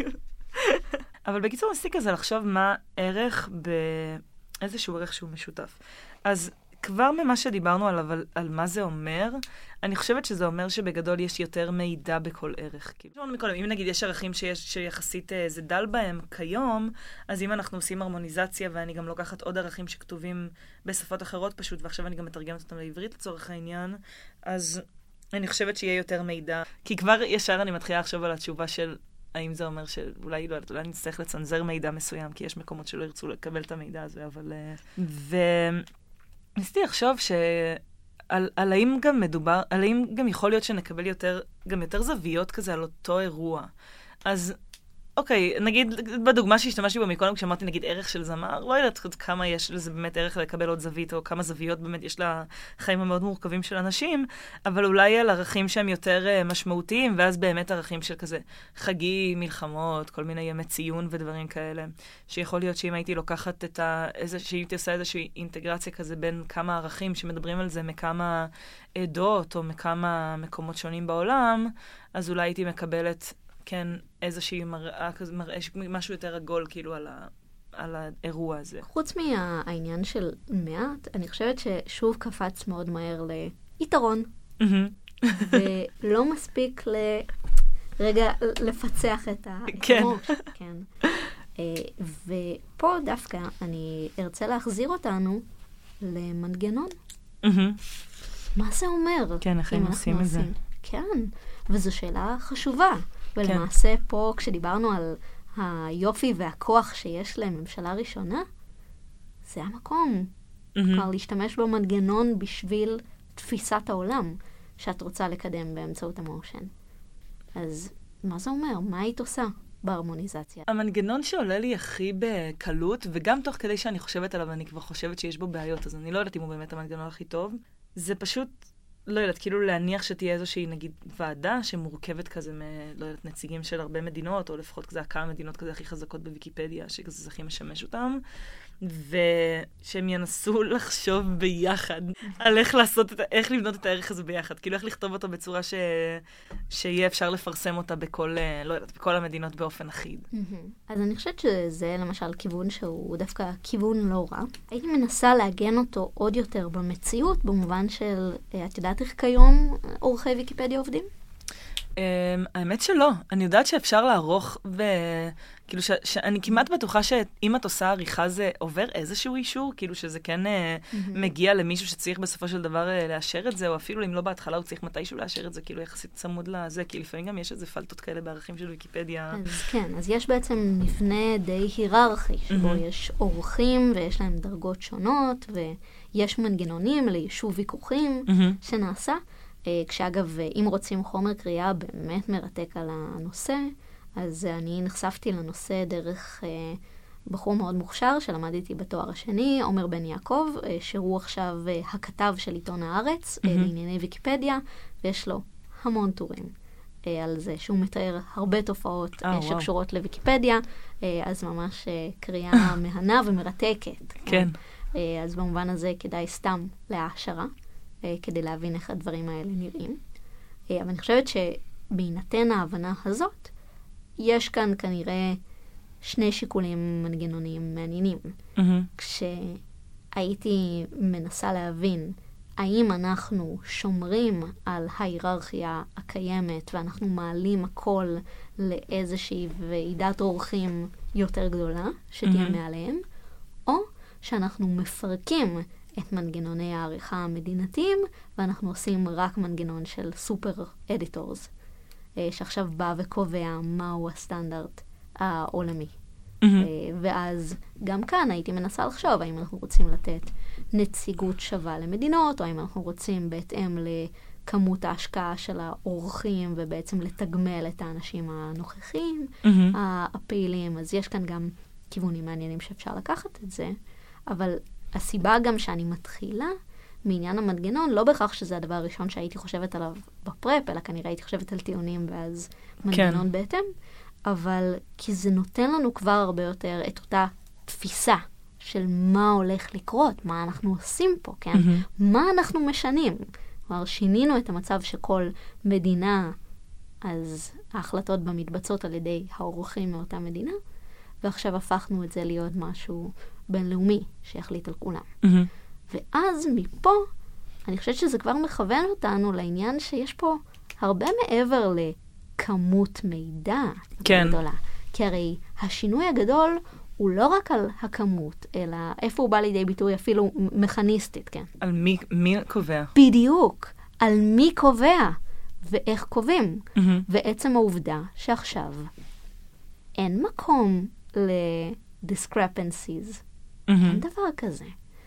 אבל בקיצור, מספיק כזה לחשוב מה ערך באיזשהו ערך שהוא משותף. אז כבר ממה שדיברנו עליו, על, על מה זה אומר, אני חושבת שזה אומר שבגדול יש יותר מידע בכל ערך. כאילו, אם נגיד יש ערכים שיש, שיחסית זה דל בהם כיום, אז אם אנחנו עושים הרמוניזציה, ואני גם לוקחת עוד ערכים שכתובים בשפות אחרות פשוט, ועכשיו אני גם מתרגמת אותם לעברית לצורך העניין, אז אני חושבת שיהיה יותר מידע. כי כבר ישר אני מתחילה לחשוב על התשובה של האם זה אומר שאולי, לא יודעת, אולי נצטרך לצנזר מידע מסוים, כי יש מקומות שלא ירצו לקבל את המידע הזה, אבל... ו... ניסיתי לחשוב שעל, על האם גם מדובר, על האם גם יכול להיות שנקבל יותר, גם יותר זוויות כזה על אותו אירוע. אז, אוקיי, נגיד, בדוגמה שהשתמשתי בו מקודם, כשאמרתי נגיד ערך של זמר, לא יודעת כמה יש לזה באמת ערך לקבל עוד זווית, או כמה זוויות באמת יש לחיים המאוד מורכבים של אנשים, אבל אולי על ערכים שהם יותר משמעותיים, ואז באמת ערכים של כזה חגים, מלחמות, כל מיני ימי ציון ודברים כאלה, שיכול להיות שאם הייתי לוקחת את ה... איזה, שהייתי עושה איזושהי אינטגרציה כזה בין כמה ערכים שמדברים על זה, מכמה עדות, או מכמה מקומות שונים בעולם, אז אולי הייתי מקבלת כן, איזושהי מראה, מראה משהו יותר עגול, כאילו, על, ה, על האירוע הזה. חוץ מהעניין של מעט, אני חושבת ששוב קפץ מאוד מהר ליתרון. ולא מספיק לרגע לפצח את הראש. כן. ופה דווקא אני ארצה להחזיר אותנו למנגנון. מה זה אומר? כן, איך הם עושים את זה? כן, וזו שאלה חשובה. ולמעשה פה, כשדיברנו על היופי והכוח שיש לממשלה ראשונה, זה המקום. כלומר, להשתמש במנגנון בשביל תפיסת העולם שאת רוצה לקדם באמצעות המושן. אז מה זה אומר? מה היית עושה בהרמוניזציה? המנגנון שעולה לי הכי בקלות, וגם תוך כדי שאני חושבת עליו, אני כבר חושבת שיש בו בעיות, אז אני לא יודעת אם הוא באמת המנגנון הכי טוב, זה פשוט... לא יודעת, כאילו להניח שתהיה איזושהי, נגיד, ועדה שמורכבת כזה מ... לא יודעת, נציגים של הרבה מדינות, או לפחות כזה כמה מדינות כזה הכי חזקות בוויקיפדיה, שכזה הכי משמש אותם, ושהם ינסו לחשוב ביחד על איך לעשות את, איך לבנות את הערך הזה ביחד, כאילו איך לכתוב אותו בצורה ש... שיהיה אפשר לפרסם אותה בכל, לא יודעת, בכל המדינות באופן אחיד. אז אני חושבת שזה למשל כיוון שהוא דווקא כיוון לא רע. הייתי מנסה להגן אותו עוד יותר במציאות, במובן של, את יודעת איך כיום עורכי ויקיפדיה עובדים? האמת שלא. אני יודעת שאפשר לערוך, וכאילו שאני כמעט בטוחה שאם את עושה עריכה זה עובר איזשהו אישור, כאילו שזה כן מגיע למישהו שצריך בסופו של דבר לאשר את זה, או אפילו אם לא בהתחלה הוא צריך מתישהו לאשר את זה, כאילו יחסית צמוד לזה, כי לפעמים גם יש איזה פלטות כאלה בערכים של ויקיפדיה. אז כן, אז יש בעצם מבנה די היררכי, שבו יש עורכים ויש להם דרגות שונות, ויש מנגנונים ליישוב ויכוחים שנעשה. כשאגב, אם רוצים חומר קריאה באמת מרתק על הנושא, אז אני נחשפתי לנושא דרך אה, בחור מאוד מוכשר שלמד איתי בתואר השני, עומר בן יעקב, אה, שהוא עכשיו אה, הכתב של עיתון הארץ, mm-hmm. אה, לענייני ויקיפדיה, ויש לו המון טורים אה, על זה, שהוא מתאר הרבה תופעות oh, אה, שקשורות wow. לוויקיפדיה, אה, אז ממש אה, קריאה מהנה ומרתקת. כן. אה, אז במובן הזה כדאי סתם להעשרה. כדי להבין איך הדברים האלה נראים. אבל אני חושבת בהינתן ההבנה הזאת, יש כאן כנראה שני שיקולים מנגנוניים מעניינים. Mm-hmm. כשהייתי מנסה להבין האם אנחנו שומרים על ההיררכיה הקיימת ואנחנו מעלים הכל לאיזושהי ועידת אורחים יותר גדולה שתהיה mm-hmm. מעליהם, או שאנחנו מפרקים את מנגנוני העריכה המדינתיים ואנחנו עושים רק מנגנון של סופר אדיטורס, שעכשיו בא וקובע מהו הסטנדרט העולמי. Mm-hmm. ואז גם כאן הייתי מנסה לחשוב האם אנחנו רוצים לתת נציגות שווה למדינות, או האם אנחנו רוצים בהתאם לכמות ההשקעה של האורחים ובעצם לתגמל את האנשים הנוכחים, mm-hmm. הפעילים. אז יש כאן גם כיוונים מעניינים שאפשר לקחת את זה, אבל הסיבה גם שאני מתחילה מעניין המנגנון, לא בהכרח שזה הדבר הראשון שהייתי חושבת עליו בפרפ, אלא כנראה הייתי חושבת על טיעונים ואז מנגנון כן. בהתאם, אבל כי זה נותן לנו כבר הרבה יותר את אותה תפיסה של מה הולך לקרות, מה אנחנו עושים פה, כן? Mm-hmm. מה אנחנו משנים. כלומר, שינינו את המצב שכל מדינה, אז ההחלטות בה מתבצעות על ידי האורחים מאותה מדינה, ועכשיו הפכנו את זה להיות משהו בינלאומי שיחליט על כולם. Mm-hmm. ואז מפה, אני חושבת שזה כבר מכוון אותנו לעניין שיש פה הרבה מעבר לכמות מידע כן. גדולה. כי הרי השינוי הגדול הוא לא רק על הכמות, אלא איפה הוא בא לידי ביטוי אפילו מכניסטית, כן? על מי, מי קובע? בדיוק. על מי קובע ואיך קובעים. Mm-hmm. ועצם העובדה שעכשיו אין מקום ל-discrepancies. Mm-hmm. אין דבר כזה.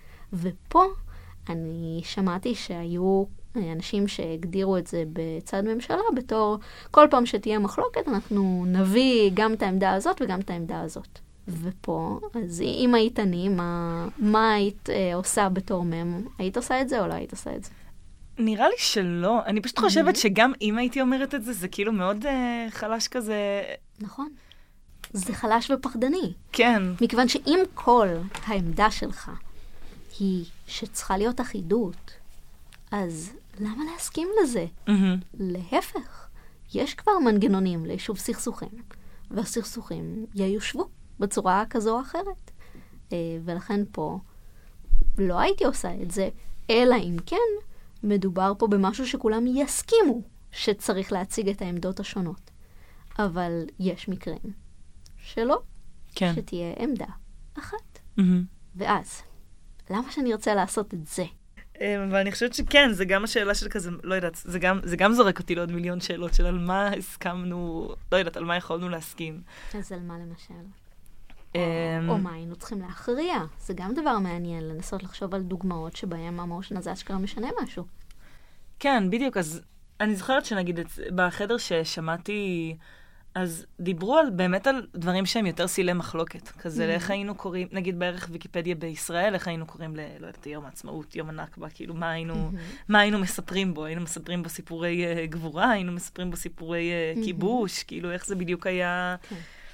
ופה אני שמעתי שהיו אנשים שהגדירו את זה בצד ממשלה בתור כל פעם שתהיה מחלוקת אנחנו נביא גם את העמדה הזאת וגם את העמדה הזאת. ופה, אז אם היית אני, מה, מה היית אה, עושה בתור מם? היית עושה את זה או לא היית עושה את זה? נראה לי שלא. אני פשוט חושבת שגם אם הייתי אומרת את זה, זה כאילו מאוד אה, חלש כזה. נכון. זה חלש ופחדני. כן. מכיוון שאם כל העמדה שלך היא שצריכה להיות אחידות, אז למה להסכים לזה? Mm-hmm. להפך, יש כבר מנגנונים ליישוב סכסוכים, והסכסוכים ייושבו בצורה כזו או אחרת. ולכן פה לא הייתי עושה את זה, אלא אם כן מדובר פה במשהו שכולם יסכימו שצריך להציג את העמדות השונות. אבל יש מקרים שלא, כן. שתהיה עמדה אחת. Mm-hmm. ואז, למה שאני ארצה לעשות את זה? אבל אני חושבת שכן, זה גם השאלה של כזה, לא יודעת, זה גם, זה גם זורק אותי לעוד מיליון שאלות של על מה הסכמנו, לא יודעת, על מה יכולנו להסכים. אז על מה למשל? או, או מה היינו צריכים להכריע. זה גם דבר מעניין, לנסות לחשוב על דוגמאות שבהם המושן הזה אשכרה משנה משהו. כן, בדיוק. אז אני זוכרת שנגיד, בחדר ששמעתי, אז דיברו על, באמת על דברים שהם יותר סילי מחלוקת. כזה, mm-hmm. איך היינו קוראים, נגיד בערך ויקיפדיה בישראל, איך היינו קוראים ל, לא יודעת, יום העצמאות, יום הנכבה, כאילו, מה היינו, mm-hmm. מה היינו מספרים בו? היינו מספרים בו סיפורי uh, גבורה, היינו מספרים בו סיפורי uh, mm-hmm. כיבוש, כאילו, איך זה בדיוק היה... Okay.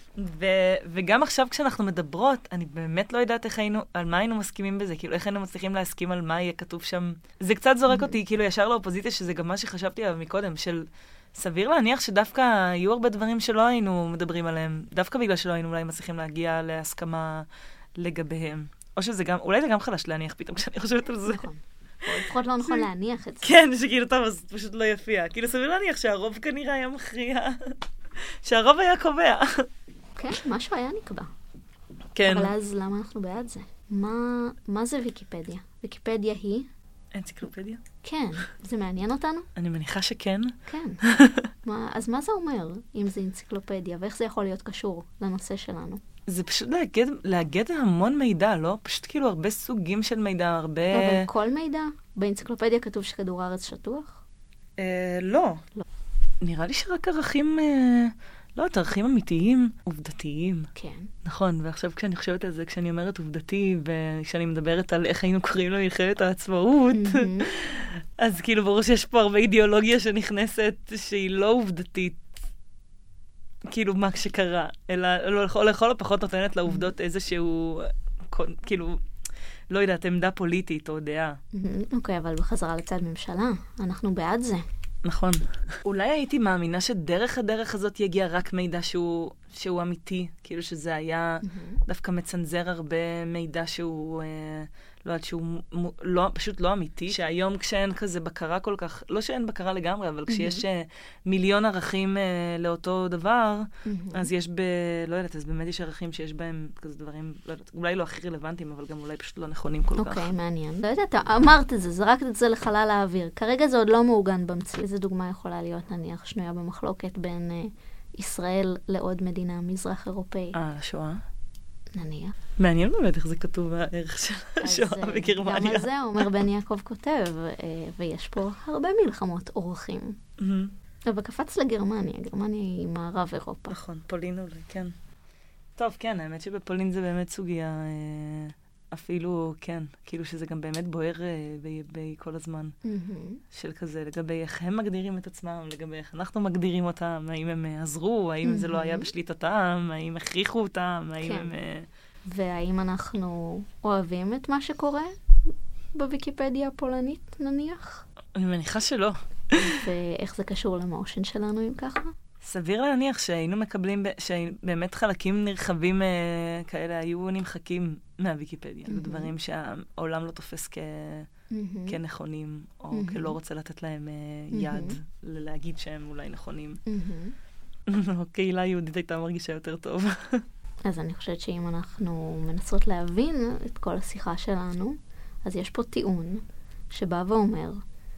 ו- וגם עכשיו כשאנחנו מדברות, אני באמת לא יודעת איך היינו, על מה היינו מסכימים בזה, כאילו איך היינו מצליחים להסכים על מה יהיה כתוב שם. זה קצת זורק אותי, כאילו ישר לאופוזיציה, שזה גם מה שחשבתי עליו מקודם, של סביר להניח שדווקא היו הרבה דברים שלא היינו מדברים עליהם, דווקא בגלל שלא היינו אולי מצליחים להגיע להסכמה לגביהם. או שזה גם, אולי זה גם חלש להניח פתאום כשאני חושבת על זה. נכון. לפחות לא נכון להניח את זה. כן, שכאילו טוב, אז פשוט לא יפיע. כאילו סביר להניח שהרוב כנראה היה מכריע, שהרוב היה קובע. כן, משהו היה נקבע. כן. אבל אז למה אנחנו בעד זה? מה, מה זה ויקיפדיה? ויקיפדיה היא? אנציקלופדיה? כן. זה מעניין אותנו? אני מניחה שכן. כן. מה, אז מה זה אומר, אם זה אנציקלופדיה, ואיך זה יכול להיות קשור לנושא שלנו? זה פשוט לאגד, לאגד המון מידע, לא? פשוט כאילו הרבה סוגים של מידע, הרבה... אבל כל מידע? באנציקלופדיה כתוב שכדור הארץ שטוח? אה, לא. לא. נראה לי שרק ערכים... אה... לא, ערכים אמיתיים, עובדתיים. כן. נכון, ועכשיו כשאני חושבת על זה, כשאני אומרת עובדתי, וכשאני מדברת על איך היינו קוראים לו מלחמת העצמאות, mm-hmm. אז כאילו ברור שיש פה הרבה אידיאולוגיה שנכנסת, שהיא לא עובדתית, כאילו מה שקרה, אלא לכל, לכל הפחות נותנת לעובדות איזשהו, כאילו, לא יודעת, עמדה פוליטית או דעה. אוקיי, אבל בחזרה לצד ממשלה, אנחנו בעד זה. נכון. אולי הייתי מאמינה שדרך הדרך הזאת יגיע רק מידע שהוא, שהוא אמיתי, כאילו שזה היה mm-hmm. דווקא מצנזר הרבה מידע שהוא, אה, לא יודעת, שהוא מ, לא, פשוט לא אמיתי, שהיום כשאין כזה בקרה כל כך, לא שאין בקרה לגמרי, אבל mm-hmm. כשיש אה, מיליון ערכים אה, לאותו דבר, mm-hmm. אז יש ב... לא יודעת, אז באמת יש ערכים שיש בהם כזה דברים, לא יודעת, אולי לא הכי רלוונטיים, אבל גם אולי פשוט לא נכונים כל okay, כך. אוקיי, מעניין. לא יודעת, אמרת את זה, זרקת את זה לחלל האוויר. כרגע זה עוד לא מעוגן במציא. איזו דוגמה יכולה להיות, נניח, שנויה במחלוקת בין אה, ישראל לעוד מדינה מזרח אירופאי. אה, השואה? נניח. מעניין באמת איך זה כתוב הערך של השואה בגרמניה. גם על זה אומר בן יעקב כותב, ויש פה הרבה מלחמות אורחים. אבל קפץ לגרמניה, גרמניה היא מערב אירופה. נכון, פולין אולי, כן. טוב, כן, האמת שבפולין זה באמת סוגיה, אפילו, כן, כאילו שזה גם באמת בוער בכל הזמן, של כזה, לגבי איך הם מגדירים את עצמם, לגבי איך אנחנו מגדירים אותם, האם הם עזרו, האם זה לא היה בשליטתם, האם הכריחו אותם, האם הם... והאם אנחנו אוהבים את מה שקורה בוויקיפדיה הפולנית, נניח? אני מניחה שלא. ואיך זה קשור למושן שלנו, אם ככה? סביר להניח שהיינו מקבלים, שבאמת חלקים נרחבים כאלה היו נמחקים מהוויקיפדיה. זה דברים שהעולם לא תופס כנכונים, או כלא רוצה לתת להם יד להגיד שהם אולי נכונים. הקהילה היהודית הייתה מרגישה יותר טוב. אז אני חושבת שאם אנחנו מנסות להבין את כל השיחה שלנו, אז יש פה טיעון שבא ואומר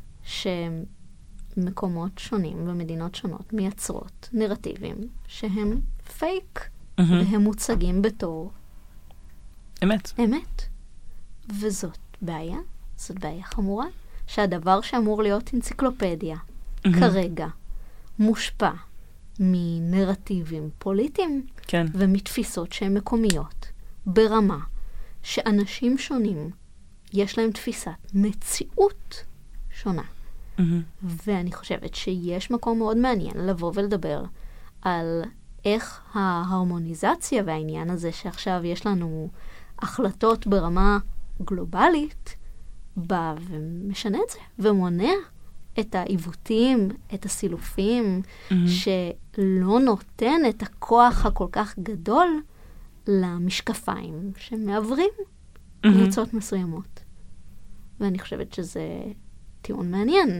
שמקומות שונים ומדינות שונות מייצרות נרטיבים שהם פייק, mm-hmm. והם מוצגים בתור אמת. אמת. וזאת בעיה, זאת בעיה חמורה, שהדבר שאמור להיות אנציקלופדיה mm-hmm. כרגע מושפע מנרטיבים פוליטיים, כן. ומתפיסות שהן מקומיות, ברמה שאנשים שונים יש להם תפיסת מציאות שונה. Mm-hmm. ואני חושבת שיש מקום מאוד מעניין לבוא ולדבר על איך ההרמוניזציה והעניין הזה שעכשיו יש לנו החלטות ברמה גלובלית, בא ומשנה את זה, ומונע את העיוותים, את הסילופים, mm-hmm. שלא נותן את הכוח הכל כך גדול למשקפיים שמעברים mm-hmm. קבוצות מסוימות. ואני חושבת שזה טיעון מעניין,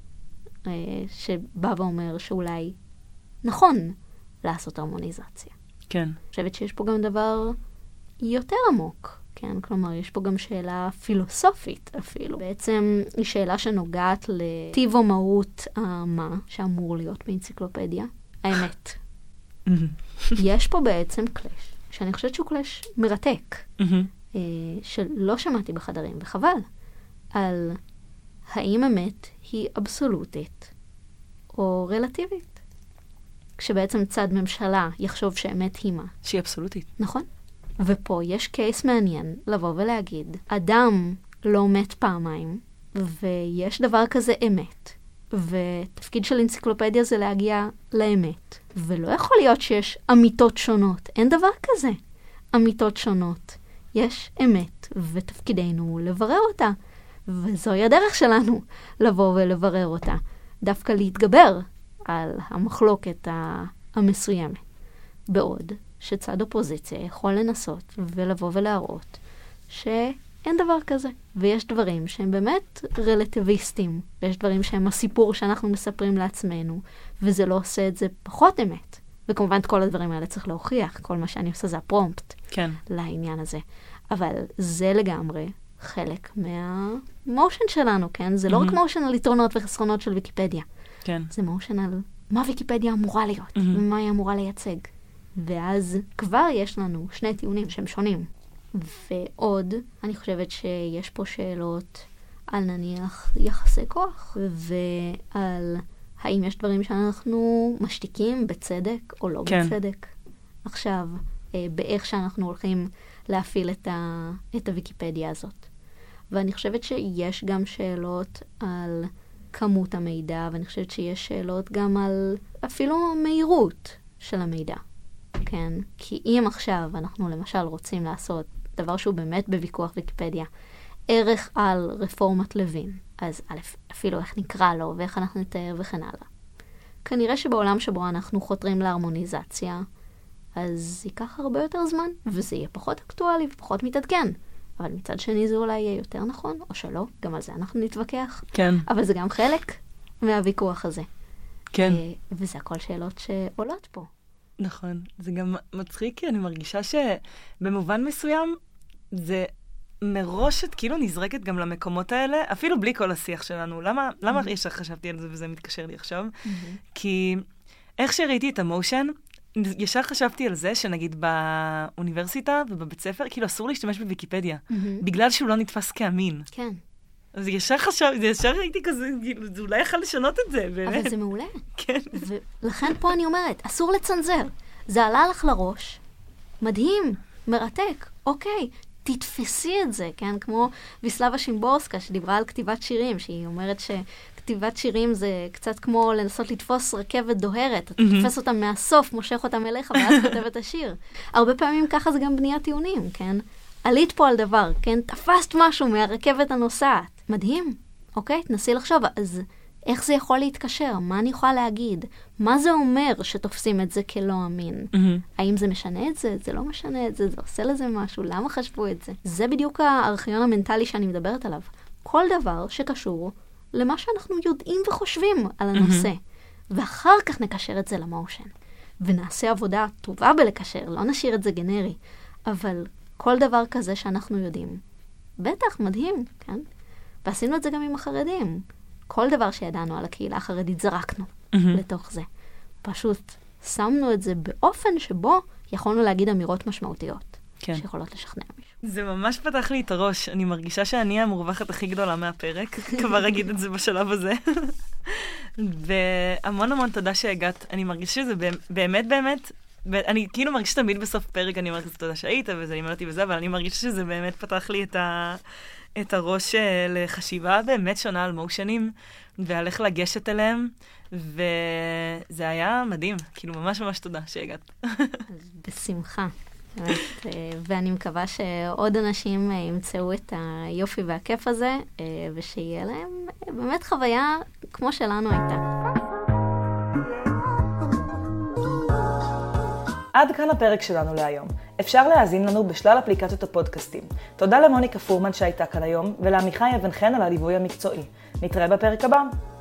שבא ואומר שאולי נכון לעשות הרמוניזציה. כן. אני חושבת שיש פה גם דבר יותר עמוק. כן, כלומר, יש פה גם שאלה פילוסופית אפילו. בעצם היא שאלה שנוגעת לטיב ומהות מה שאמור להיות באנציקלופדיה. האמת. יש פה בעצם קלש, שאני חושבת שהוא קלש מרתק, שלא שמעתי בחדרים, וחבל, על האם אמת היא אבסולוטית או רלטיבית. כשבעצם צד ממשלה יחשוב שאמת היא מה? שהיא אבסולוטית. נכון. ופה יש קייס מעניין לבוא ולהגיד, אדם לא מת פעמיים, ויש דבר כזה אמת, ותפקיד של אנציקלופדיה זה להגיע לאמת, ולא יכול להיות שיש אמיתות שונות, אין דבר כזה. אמיתות שונות, יש אמת, ותפקידנו לברר אותה, וזוהי הדרך שלנו לבוא ולברר אותה, דווקא להתגבר על המחלוקת המסוימת, בעוד שצד אופוזיציה יכול לנסות ולבוא ולהראות שאין דבר כזה. ויש דברים שהם באמת רלטיביסטים, ויש דברים שהם הסיפור שאנחנו מספרים לעצמנו, וזה לא עושה את זה פחות אמת. וכמובן את כל הדברים האלה צריך להוכיח, כל מה שאני עושה זה הפרומפט כן. לעניין הזה. אבל זה לגמרי חלק מהמושן שלנו, כן? זה לא mm-hmm. רק מושן על יתרונות וחסרונות של ויקיפדיה. כן. זה מושן על מה ויקיפדיה אמורה להיות, mm-hmm. ומה היא אמורה לייצג. ואז כבר יש לנו שני טיעונים שהם שונים. ועוד, אני חושבת שיש פה שאלות על נניח יחסי כוח, ועל האם יש דברים שאנחנו משתיקים בצדק או לא כן. בצדק. עכשיו, באיך שאנחנו הולכים להפעיל את, ה, את הוויקיפדיה הזאת. ואני חושבת שיש גם שאלות על כמות המידע, ואני חושבת שיש שאלות גם על אפילו המהירות של המידע. כן, כי אם עכשיו אנחנו למשל רוצים לעשות דבר שהוא באמת בוויכוח ויקיפדיה, ערך על רפורמת לוין, אז א', אפילו איך נקרא לו ואיך אנחנו נתאר וכן הלאה. כנראה שבעולם שבו אנחנו חותרים להרמוניזציה, אז ייקח הרבה יותר זמן, וזה יהיה פחות אקטואלי ופחות מתעדכן. אבל מצד שני זה אולי יהיה יותר נכון, או שלא, גם על זה אנחנו נתווכח. כן. אבל זה גם חלק מהוויכוח הזה. כן. וזה הכל שאלות שעולות פה. נכון. זה גם מצחיק, כי אני מרגישה שבמובן מסוים זה מראש את כאילו נזרקת גם למקומות האלה, אפילו בלי כל השיח שלנו. למה, למה ישר חשבתי על זה וזה מתקשר לי עכשיו? כי איך שראיתי את המושן, ישר חשבתי על זה שנגיד באוניברסיטה ובבית ספר, כאילו אסור להשתמש בוויקיפדיה, בגלל שהוא לא נתפס כאמין. כן. אז ישר חשבתי, ישר ראיתי כזה, זה אולי יכול לשנות את זה, באמת. אבל זה מעולה. כן. ולכן פה אני אומרת, אסור לצנזר. זה עלה לך לראש, מדהים, מרתק, אוקיי, תתפסי את זה, כן? כמו ויסלבה שימבורסקה, שדיברה על כתיבת שירים, שהיא אומרת שכתיבת שירים זה קצת כמו לנסות לתפוס רכבת דוהרת, אתה תופס אותם מהסוף, מושך אותם אליך, ואז כותב את השיר. הרבה פעמים ככה זה גם בניית טיעונים, כן? עלית פה על דבר, כן? תפסת משהו מהרכבת הנוסעת. מדהים, אוקיי? תנסי לחשוב, אז איך זה יכול להתקשר? מה אני יכולה להגיד? מה זה אומר שתופסים את זה כלא אמין? Mm-hmm. האם זה משנה את זה? זה לא משנה את זה? זה עושה לזה משהו? למה חשבו את זה? זה בדיוק הארכיון המנטלי שאני מדברת עליו. כל דבר שקשור למה שאנחנו יודעים וחושבים על הנושא. Mm-hmm. ואחר כך נקשר את זה למושן. ונעשה עבודה טובה בלקשר, לא נשאיר את זה גנרי. אבל כל דבר כזה שאנחנו יודעים. בטח, מדהים, כן? ועשינו את זה גם עם החרדים. כל דבר שידענו על הקהילה החרדית זרקנו mm-hmm. לתוך זה. פשוט שמנו את זה באופן שבו יכולנו להגיד אמירות משמעותיות. כן. שיכולות לשכנע מישהו. זה ממש פתח לי את הראש. אני מרגישה שאני המורווחת הכי גדולה מהפרק. כבר אגיד את זה בשלב הזה. והמון המון תודה שהגעת. אני מרגישה שזה באמת באמת, אני כאילו מרגישה תמיד בסוף פרק, אני אומרת תודה שהיית, וזה לימד אותי וזה, אבל אני מרגישה שזה באמת פתח לי את ה... את הראש לחשיבה באמת שונה על מושנים, ועל איך לגשת אליהם, וזה היה מדהים, כאילו ממש ממש תודה שהגעת. בשמחה. ואני מקווה שעוד אנשים ימצאו את היופי והכיף הזה, ושיהיה להם באמת חוויה כמו שלנו הייתה. עד כאן הפרק שלנו להיום. אפשר להאזין לנו בשלל אפליקציות הפודקאסטים. תודה למוניקה פורמן שהייתה כאן היום, ולעמיחי אבן חן על הליווי המקצועי. נתראה בפרק הבא.